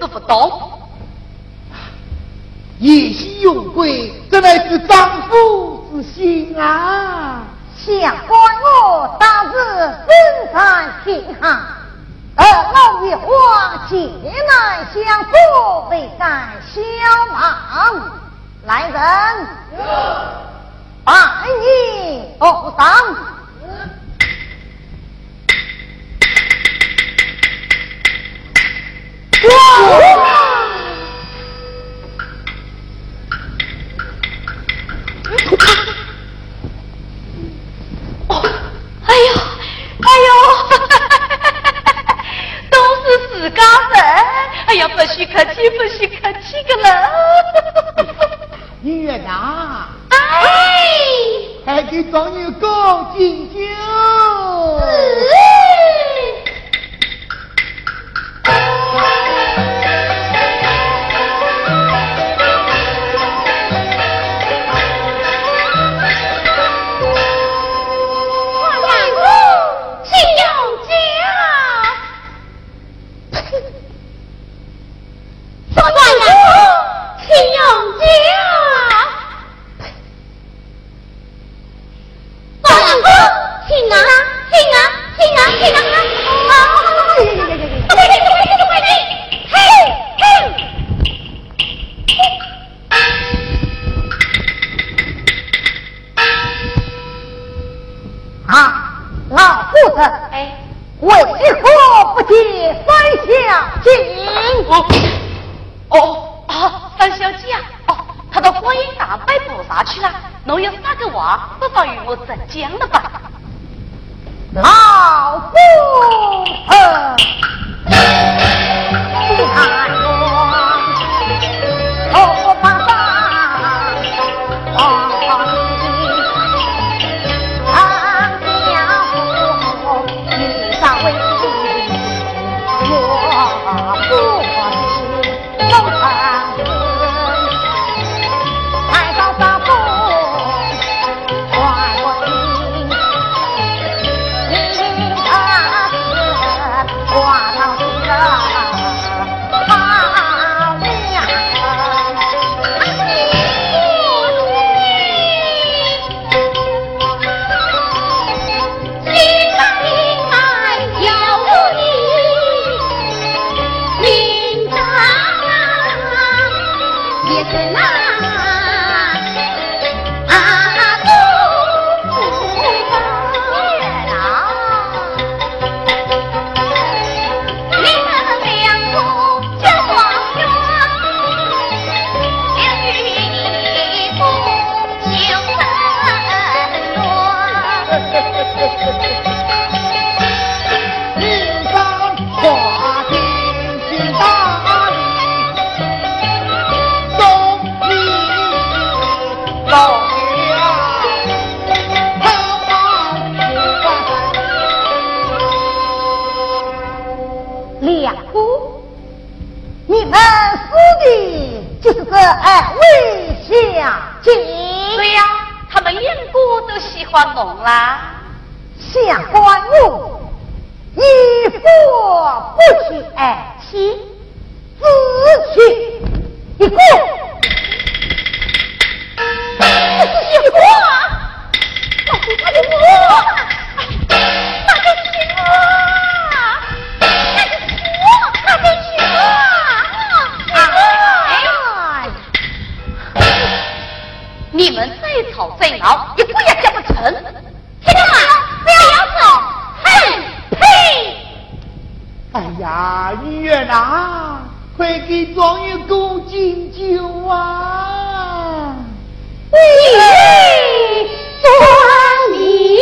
都不懂。 野心用贵，这乃是丈夫之心啊！ 想关我导致身残贫寒，而老爷皇前来相助，未敢小忙。来人，拜你头上。 哎呦，都是自家人，哎呀，不许客气，不许客气个了。 音乐长， 哎， 还给庄女公敬酒。 为何不接三小姐？ 三小姐啊，她到观音大拜菩萨去了。侬有3个娃，不妨与我浙江了吧？ 老夫你看我头发上懂啦， 下官我一佛不取爱妻，自取一个。这是些话，那是他的我，那就是我，那就是我，那就是我。 你们再吵再闹，也不也讲不成。 听到吗？不要走！哼！呸！ 哎呀，女儿啊，快给状元公敬酒啊！ 你庄里。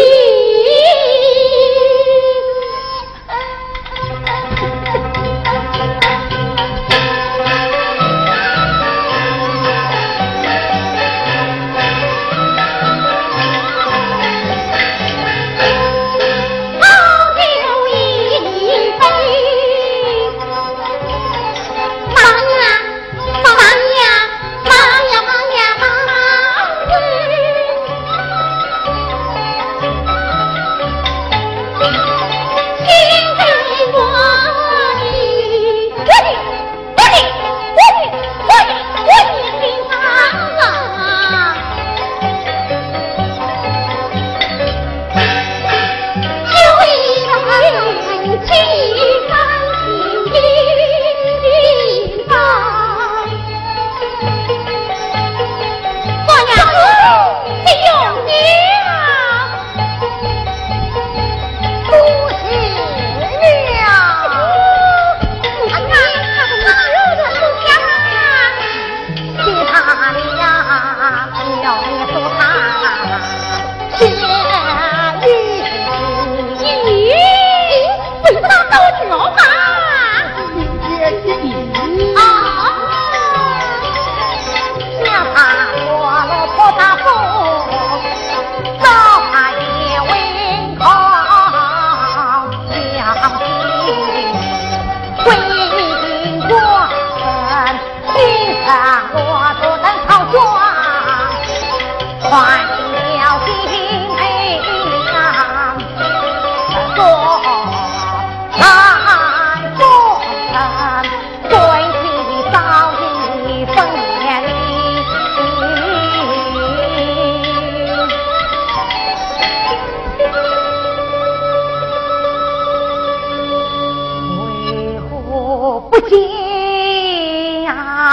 不敬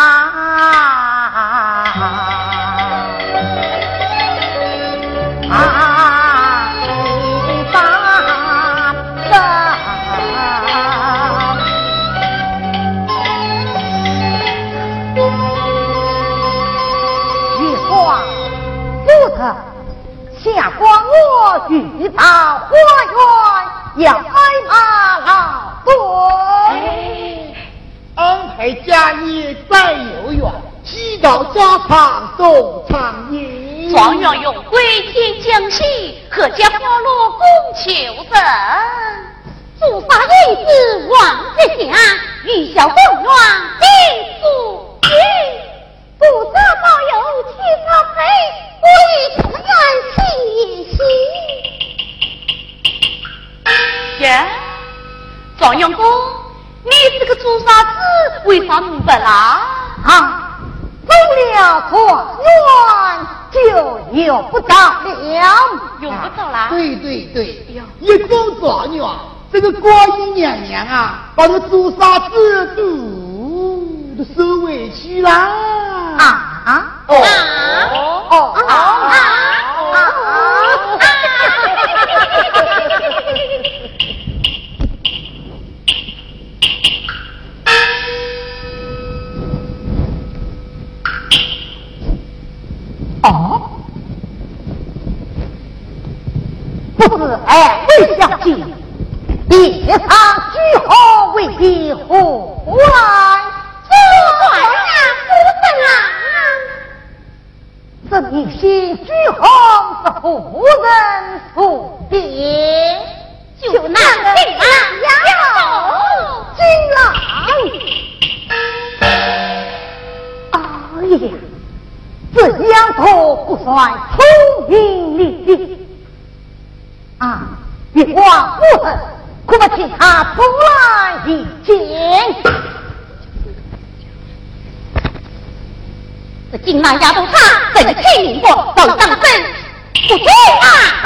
下官我欲到花园，要挨马劳顿。 安排家业在有远，西到家常送长夜。 状元用归天将息，阖家花落共求生。 朱砂银子望之下，玉箫凤鸾金素玉，不得保佑七草配，我与同源齐心。 呀，状元公，你这个朱砂子为啥不办啦？ 啊，走了状元就用不着了， 用不着啦。 对对对，一中状元，这个观音娘娘啊，把这个朱砂子都收回去啦。 不是二位小姐，列上居后为庇护来，这一心居后是夫人所定， 就那进来呀， 进来。哎呀，这丫头不算聪明伶俐啊！月光夫人，可不请她出来一见。 这金马丫头她本气灵活，到上身不错啊！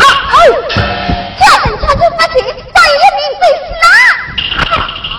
家人传出发去，大爷名对死啦！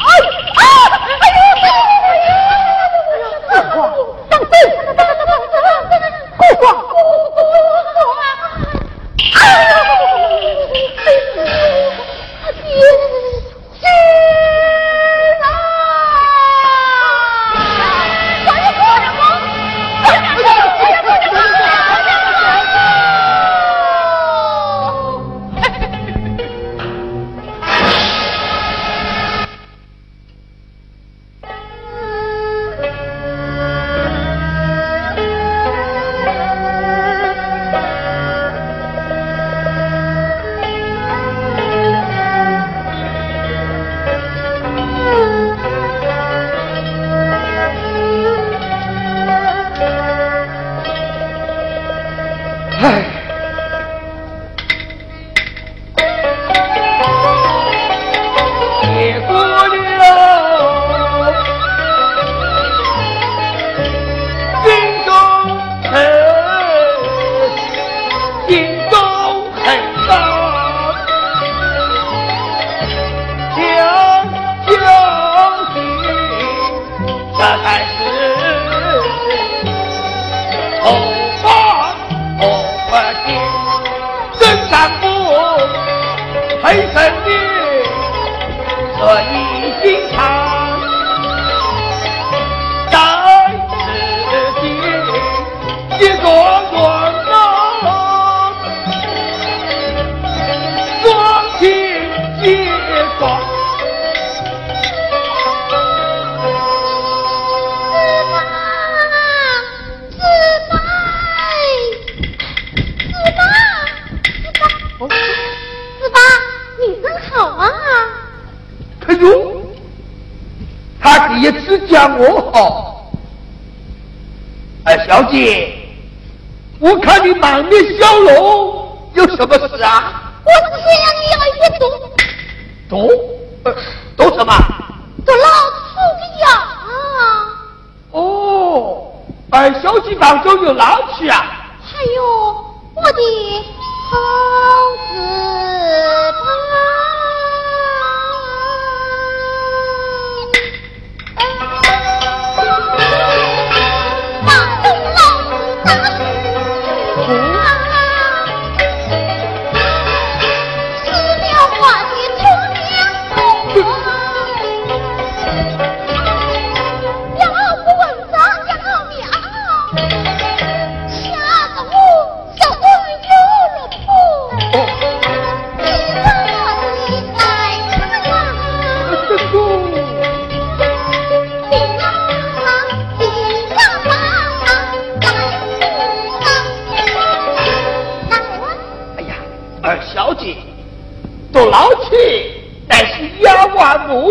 我好，小姐，我看你满面笑容，有什么事啊？ 我只想要一个毒，毒什么？ 毒老鼠的药啊！ 哦，小姐房中有老鼠啊？ 还有我的好子吧。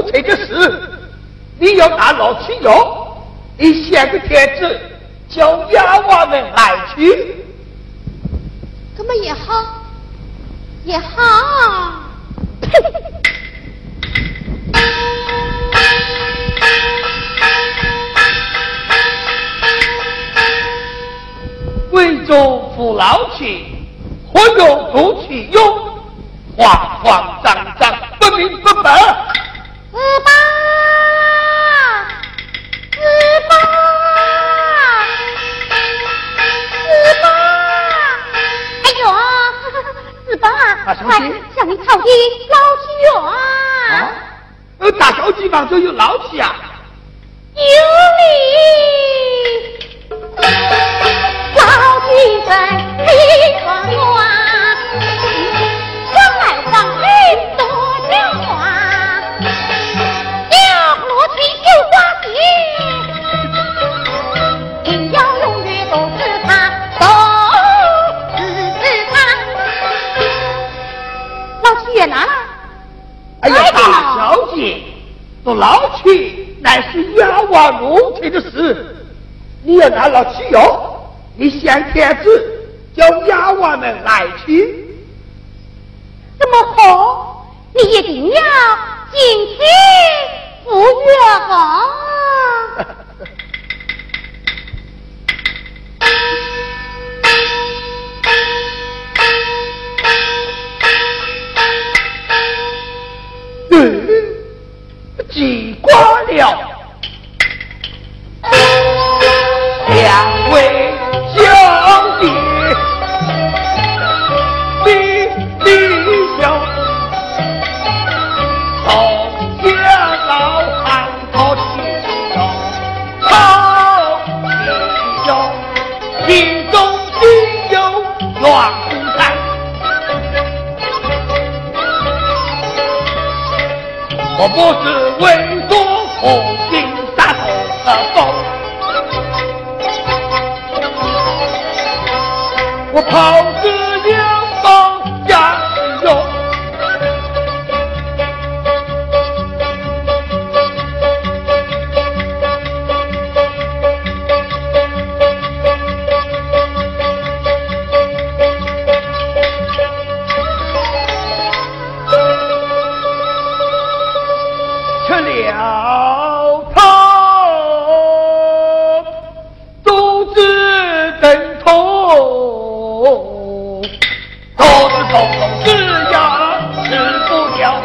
奴才的事，你要拿老七友，你写个帖子叫丫娃们来去。 那么也好，也好。 贵州父老去，何用不去用？慌慌张张，不明不白。 子巴，子巴，子巴！哎呦，子巴，快向你讨的老七哟啊！ 大小地方就有老七啊？ 有理，老七在黑窗花，上来上去多了花，要落去就花心，你要永远都是他，都是他。老七远哪了？ 哎呀，大小姐，都老七乃是丫娃奴才的事，你要拿老七友，你先帖子叫丫娃们来去。 这么好，你一定要进去赴约啊！ 记挂了，两位小姐，你兄，从家老汉讨亲友，讨亲友，心中心有怨不散。我不是为做红心杀头的风，我炮制两方家使用，吃了汤，肚子疼痛，肚子痛痛吃呀吃不了。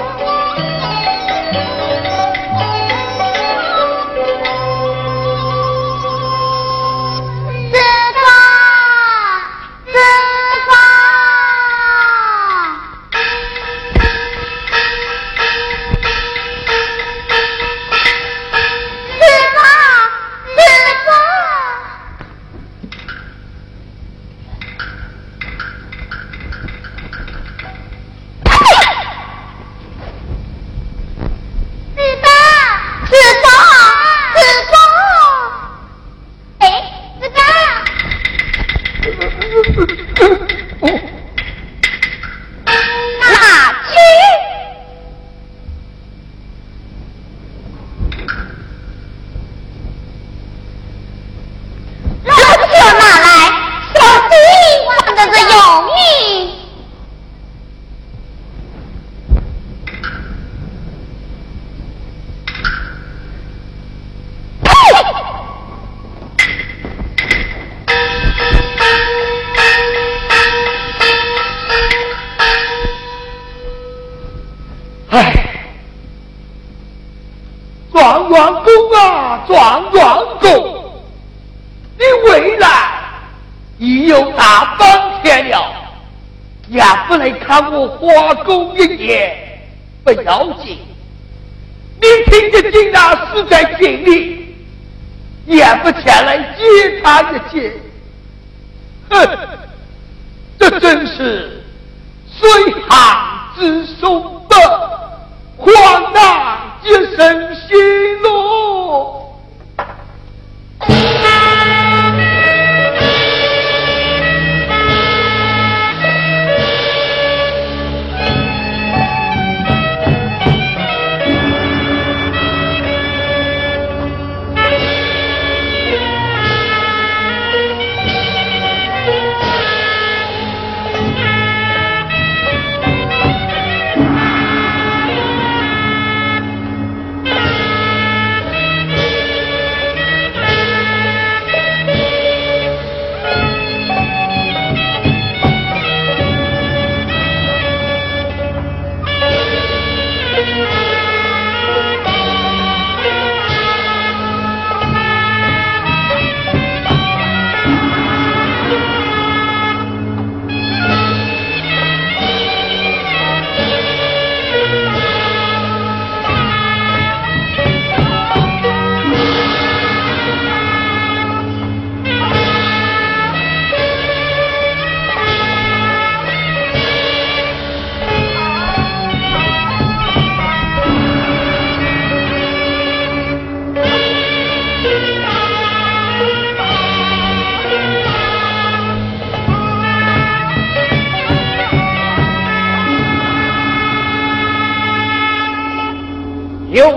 状元公啊，状元公，你未来已有大半天了，也不来看我花公一眼不要紧。你听得进那死在井里，也不前来接他一接。哼，这真是水行之松的患难皆身心咯。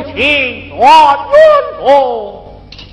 请转云峰。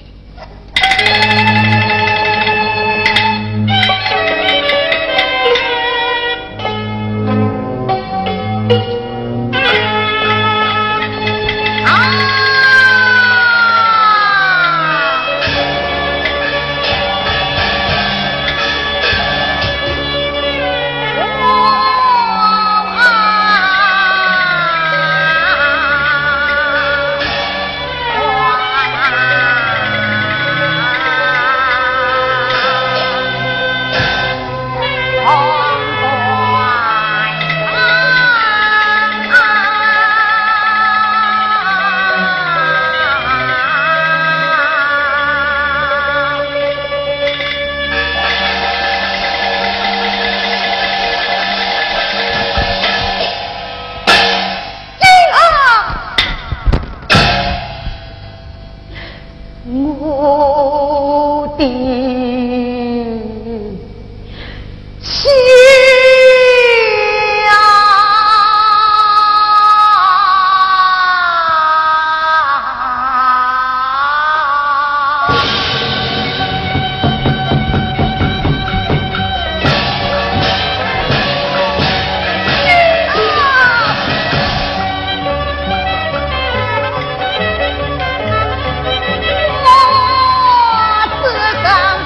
我的妻我自个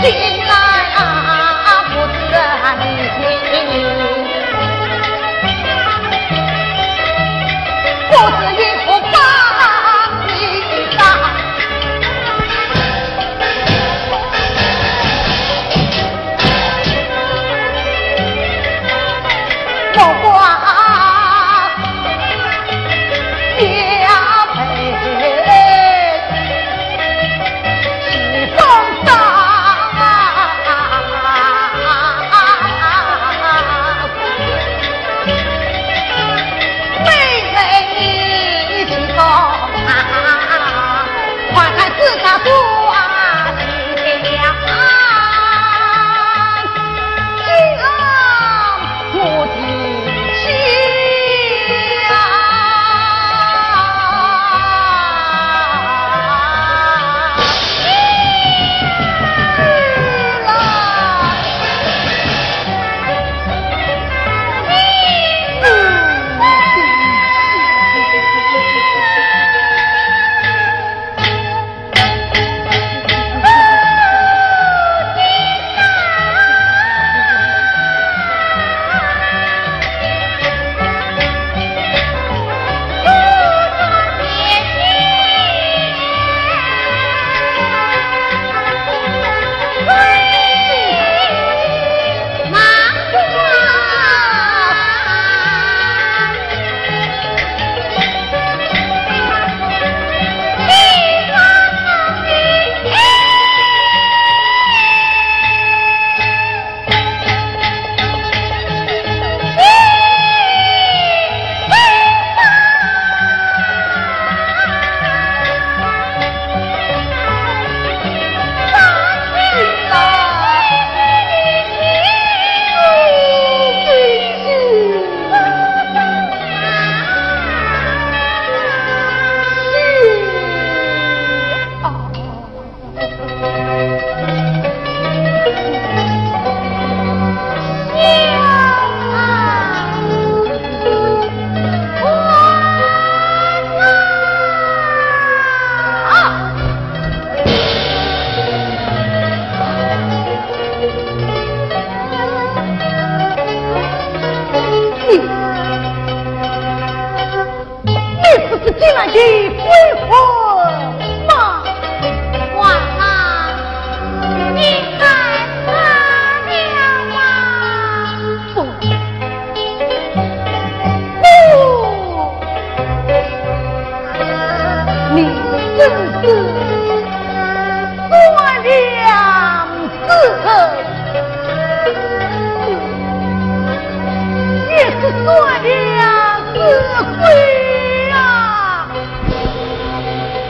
做了子贵呀！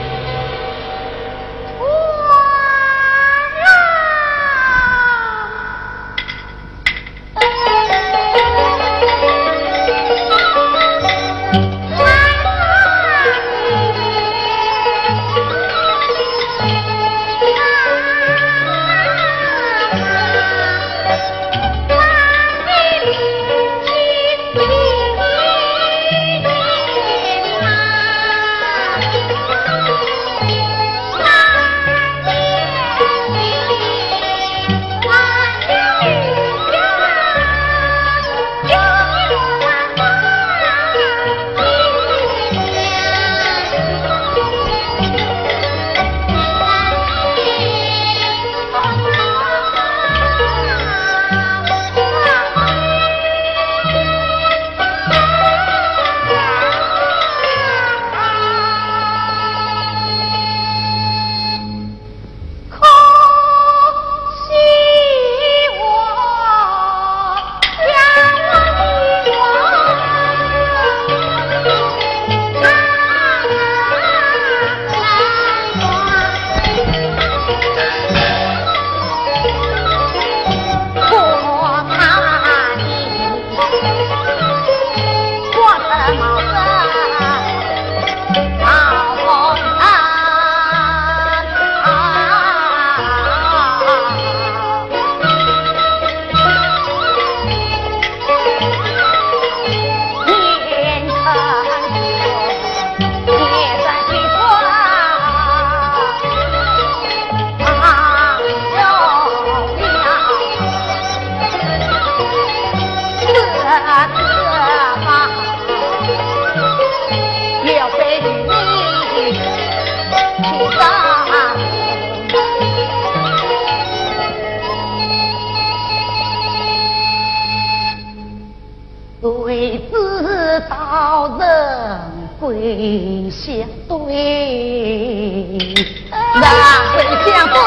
对相对，那对相对。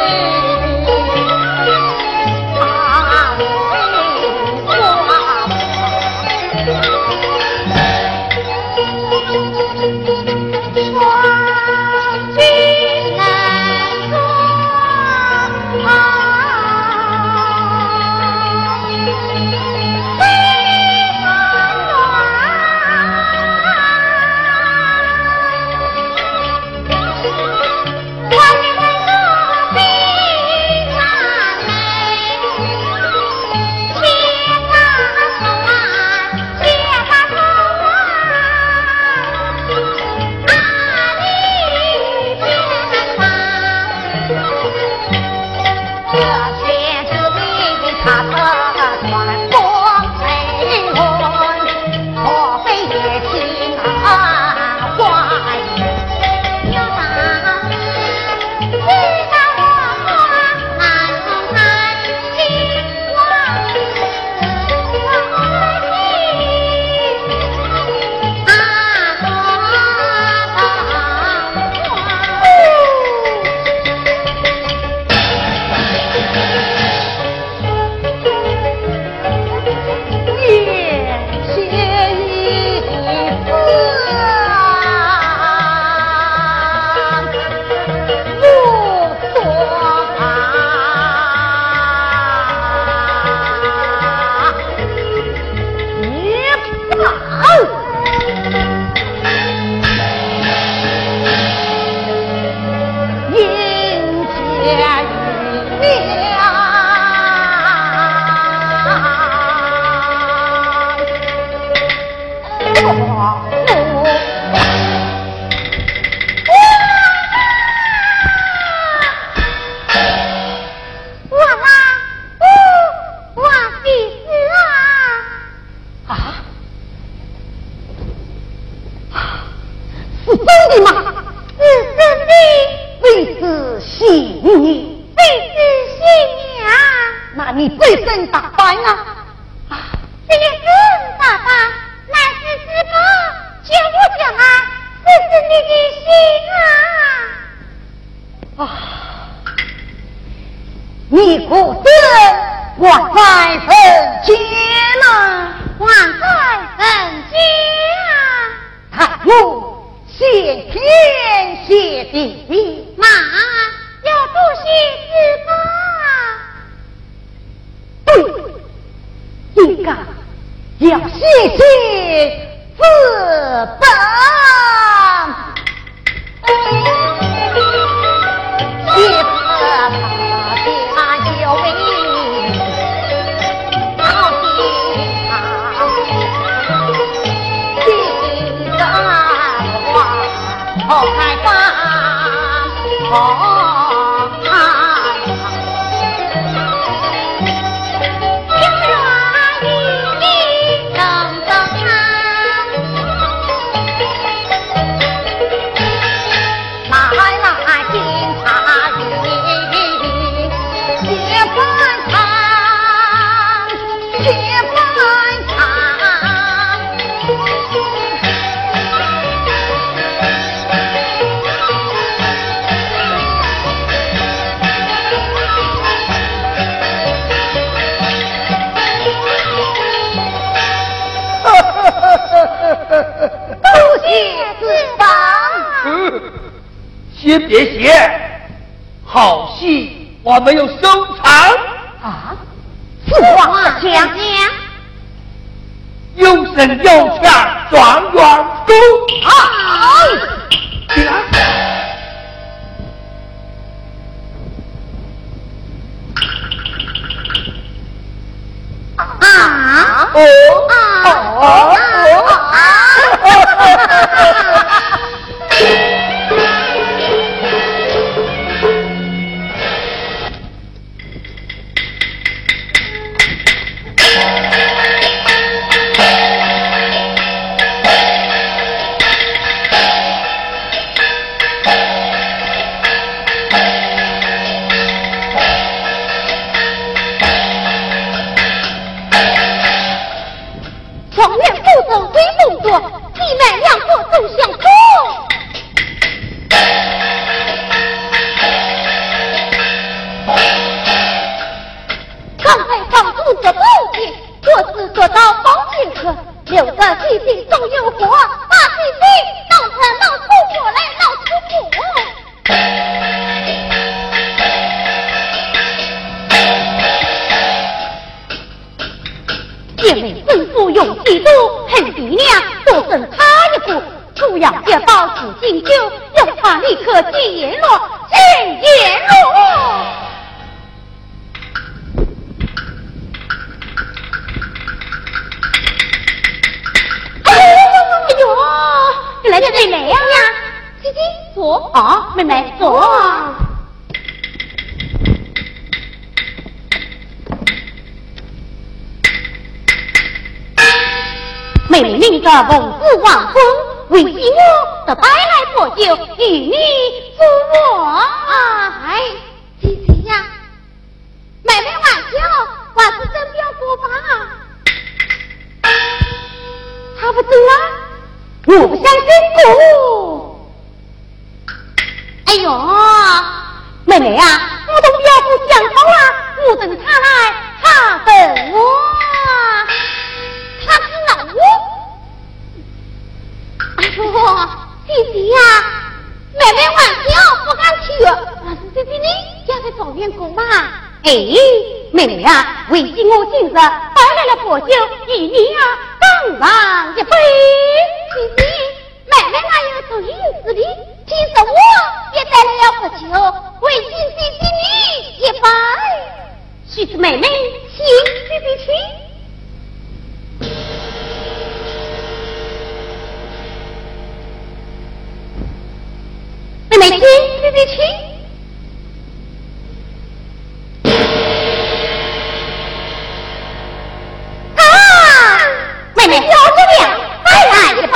你最身打扮啊？ 这身打扮乃是自个叫我讲啊，这是你的心啊！ 你不得我在人间啊， 我在人间啊！ 太母谢天谢地， 妈要多谢自个。 对，应该要谢谢自本。谢自他家有为好心肠，心肝花好开放，好开放。不谢自帮。 先别谢，好戏我们有收藏啊！此话怎讲？ 有声有腔，状元公好。起来。 状元不走追动作，你们两个都是我只做到包前客，留着弟弟总有活，把弟弟弄成老出火来老出火。姐妹身负勇气度，很鼻梁，多剩他一股，主要接报紫金秋，由他立刻进阎罗，进阎罗。来这妹妹呀，姐姐坐啊，妹妹坐。妹妹名叫孟子王坤，为媳我的带来破酒与你助我啊！哎，姐姐呀，妹妹玩笑，我是真表过吧？他不走啊？我不相信过。哎呦，妹妹啊，我同表姑讲好了，我等他来，他等我，他知道我。哎呦，姐姐呀，妹妹玩笑不敢去，那是姐姐你家在找员工吧？哎，妹妹啊，为今我今日带来了破酒，与你啊当上一杯。姐姐，妹妹哪有做意思的？其实我也带来了破酒，为今姐姐你一杯。须知妹妹，请姐姐请。妹妹请，姐姐请。妹妹挑着脸，再来一杯。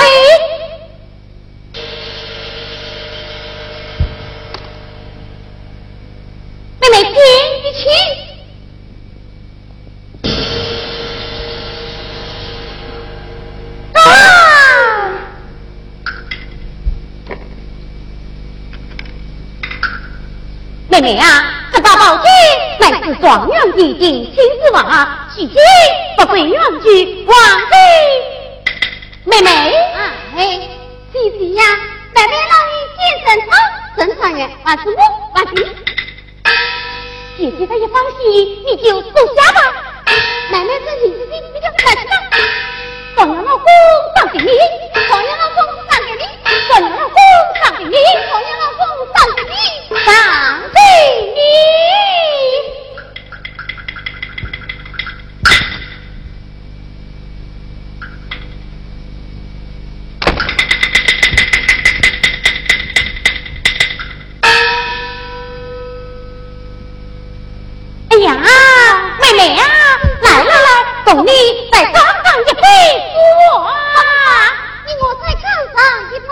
妹妹请一请。妹妹啊，这把宝剑乃是状元的定亲之王，许今不归远居，王妃。妹妹，哎，姐姐呀，妹妹让你见神朝，正常人还是我还是你？姐姐她一放心，你就收下吧。妹妹这日子比较开心了，光阳老公上给你，光阳老公上给你，光阳老公上给你，光阳老公上给你，上给你。哎呀，妹妹呀，来了来，送你再尝上一杯我啊！你我再尝上一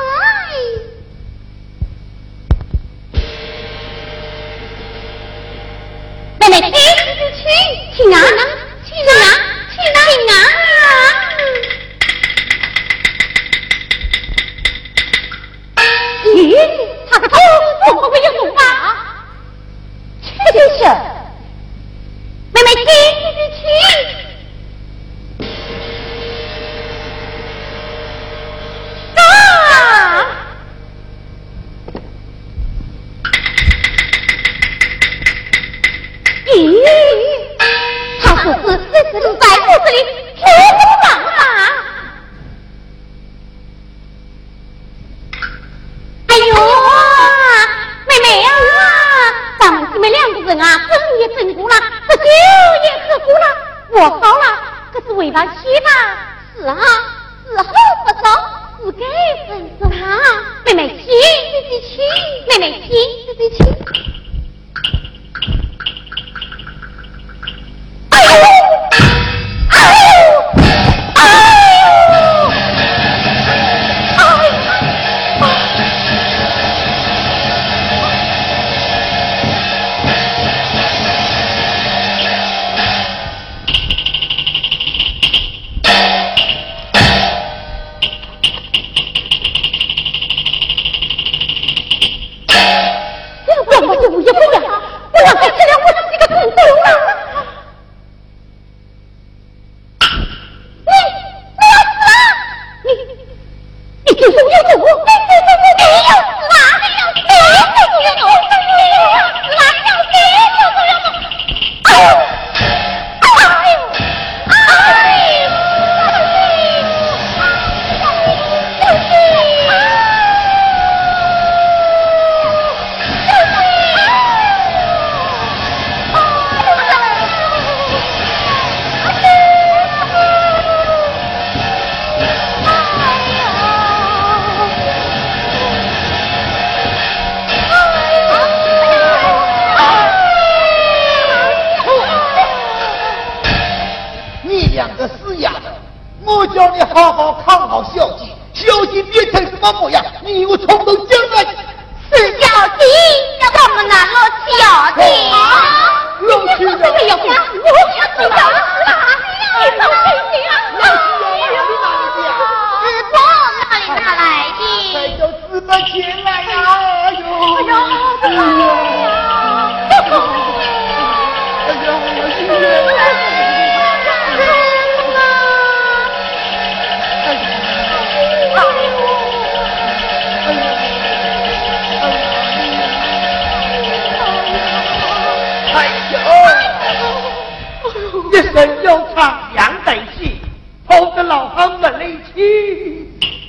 杯。妹妹请啊，请啊！咦，他个头怎么会有毒啊？确实是。妹妹请。啊！咦，他说是死在肚子里，吃不上啊！哎呦，妹妹呀，咱们姊妹两个人啊，真也真过了，喝酒也喝过了，我好了，可是为了妻吧？是啊，时候不早，是该分手了。妹妹亲，自己亲，妹妹亲，自己亲。哎呦！哎呦！哎呦！哎呦！ 叫你好好看好小姐，小姐变成什么模样，你我从头讲来。 是小姐，我们那老小姐， 老妻的， 这个有家，我要知道你怎么行啊？哪里来的？ 再叫资本钱来呀！哎呦， 哎呦， 哎一生要唱两等戏，跑得老汉们力气。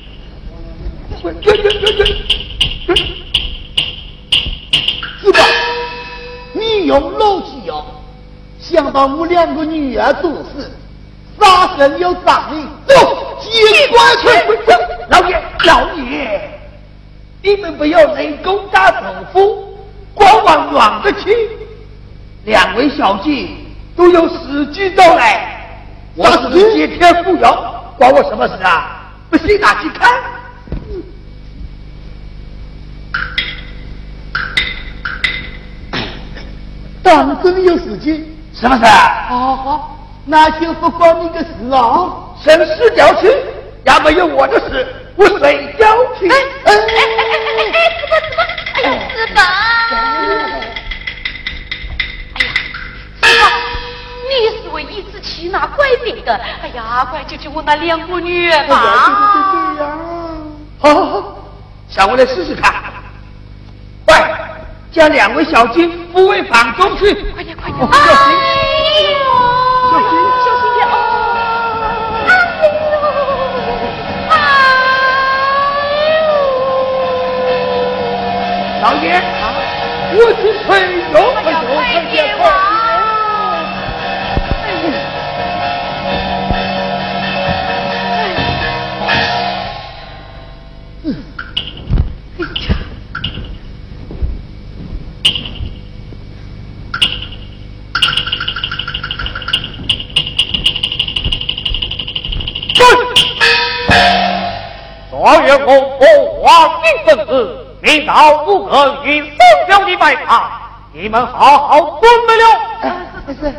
是吧？你用老气哦，想把我两个女儿做事，杀人有长力，走，接过去。 老爷，你们不要人攻打豆腐，光往远的去。两位小姐都有死局到来，我是接天扶摇，关我什么事啊？不信拿去看。 当真有时间？ 什么事？ 好，那就不关你的事了。 省事调去，要没有我的事，我谁调去？ 哎，师傅， 你是为一次去拿怪病的，哎呀，快救救我那两个女儿吧！ 对呀。好， 想我来试试看。喂，将两位小姐扶回房中去。 快点！ 小心！小心！ 小心点哦！ 老爷，我去推油，快点！ 昨夜我王兵分子，领导5个与3标的拜堂，你们好好准备了。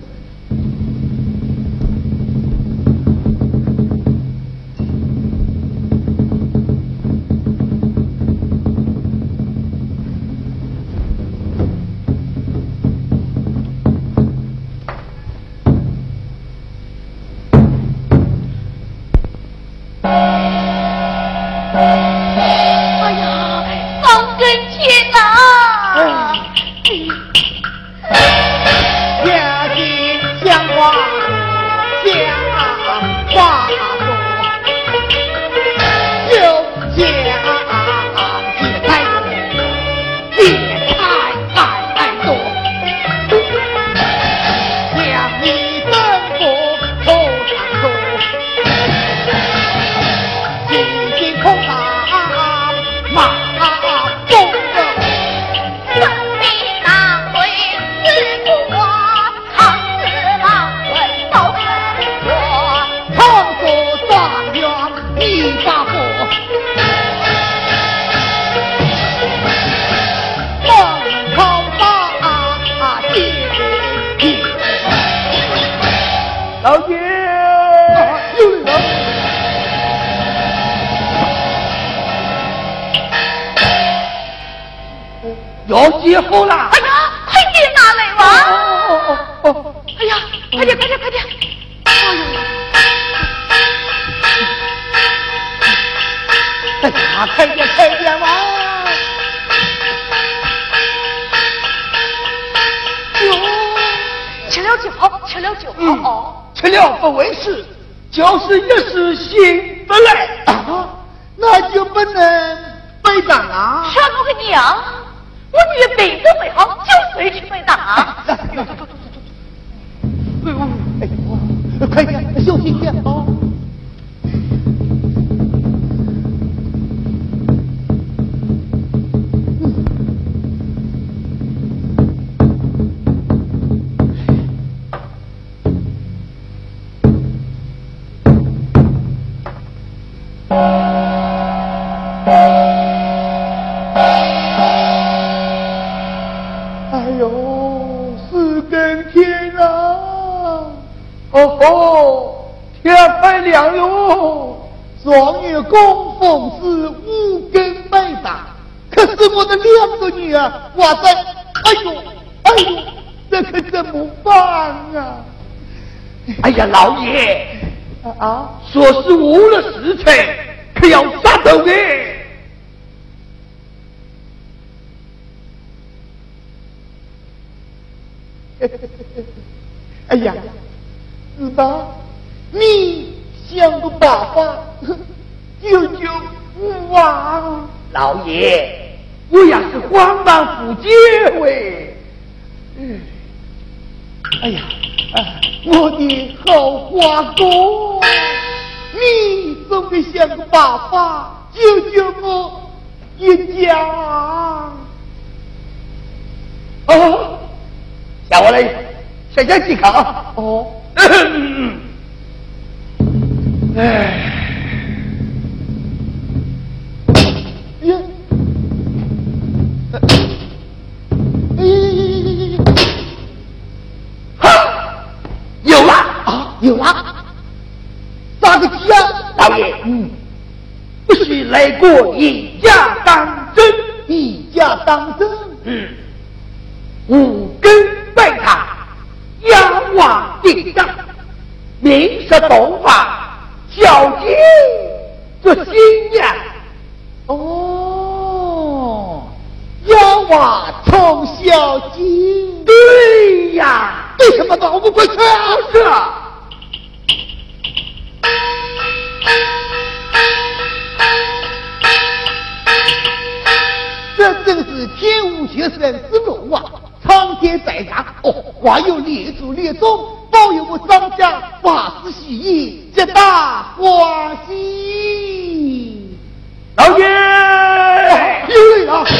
老爷，有人。要接后啦！ 哎呀，快点拿来吧！哎呀，快点！ 快点嘛！ 吃了就好哦。 吃了不为事，就是一时醒不来啊，那就不能背党啊！ 说我个娘，我女儿病都没好，就睡去被打。 哎呦，快点，小心点啊！ 哦吼，天快亮哟！状元公奉旨五更拜达，可是我的两个女儿哇塞，哎呦，这可怎么办啊？ 哎呀，老爷啊， 说是误了时辰，可要杀头哎！ 哎呀，子宝，你想个办法救救我啊！ 老爷，我要是慌忙不接喂。 哎呀，我的好花哥，你总得想个办法救救我一家哦，下我来想想几看啊。 哦， 哎呀， 有了啊，有了，咋个急啊？ 老爷，不许来过一家当真， 一家当真。 五更拜堂，仰望顶上，明设东方，小姐做新娘。 哦，要娃从小金。 对呀， 对什么脑不快去啊？ 是啊。 这正是天无绝人之路啊！苍天在上，还有列祖列宗保佑我张家万事如意，皆大欢喜。 老爷， 有礼了。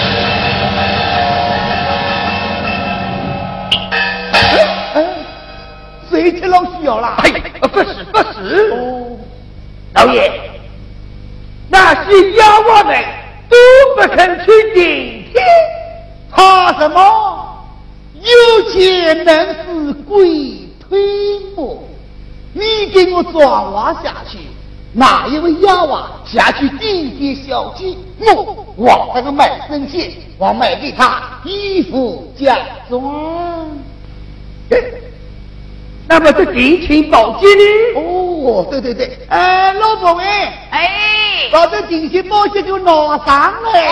谁去老需要了？ 哎，不是。 哦， 老爷，那些妖娃们都不肯去顶天， 怕什么？有钱能使鬼推磨。你给我抓娃下去，哪一位妖娃下去顶天小姐？我这个卖身钱，我卖给他衣服嫁妆。 那么这定情宝剑呢？ 哦，对，老婆哎，把这定情宝剑就拿上来。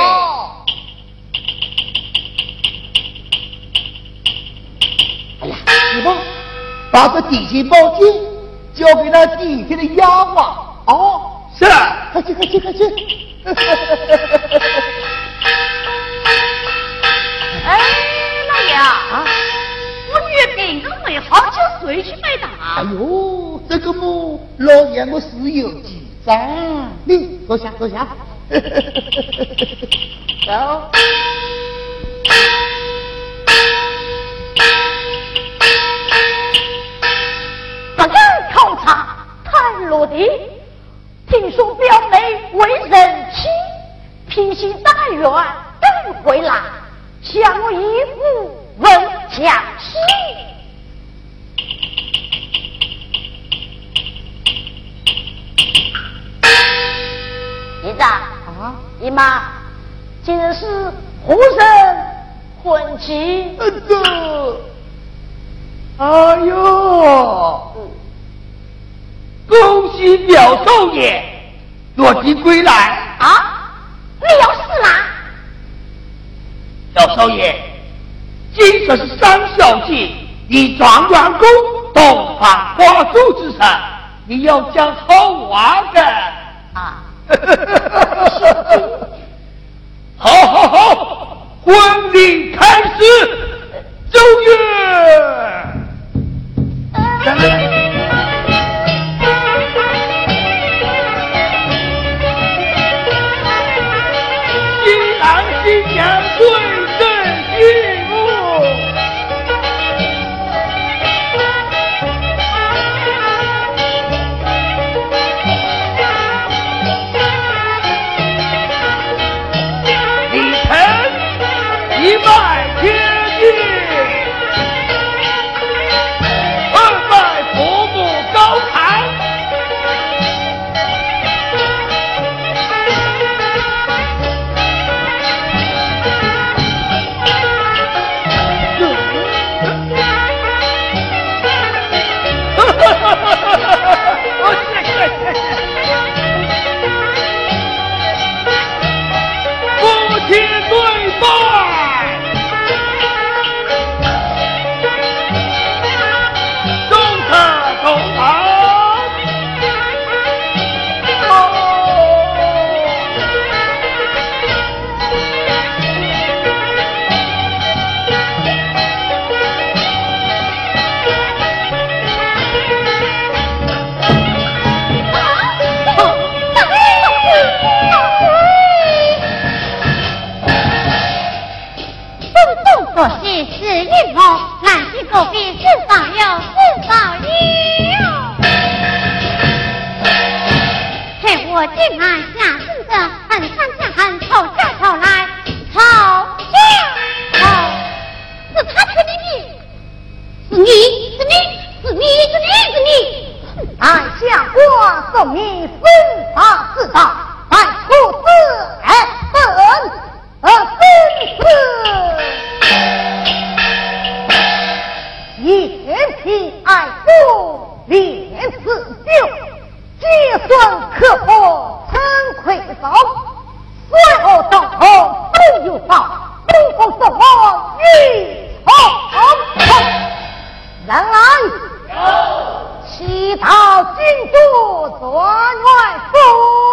哎呀，师傅，把这定情宝剑交给那顶天的丫鬟。哦， 是， 快去。 哎，老爷啊，我女病都没好，就睡去买单。 哎呦，这个么，老爷我是有记账。你坐下。走。 这个考察太落地，听说表妹为人妻，平息大院赶回来，向我一副问将西。姨子啊，姨妈，今日是胡生婚期。 哎呦，恭喜表少爷落地归来啊！你要死啦！ 表少爷，今日是三小节，以状元公东方花烛之神，你要讲好话的啊！ 好，婚礼开始，奏乐。新郎新娘对阵戏幕，礼成一脉贴近。 了是少有，陪我进来下身的很上下很吵下吵来，吵架吵，是他缺的你，是你， 俺相国送你分法自道，但出自爱本生死，眼皮爱富，脸似旧，结算刻薄，惭愧走，随后到头都有报，不否什么欲从人来祈祷君主转外父。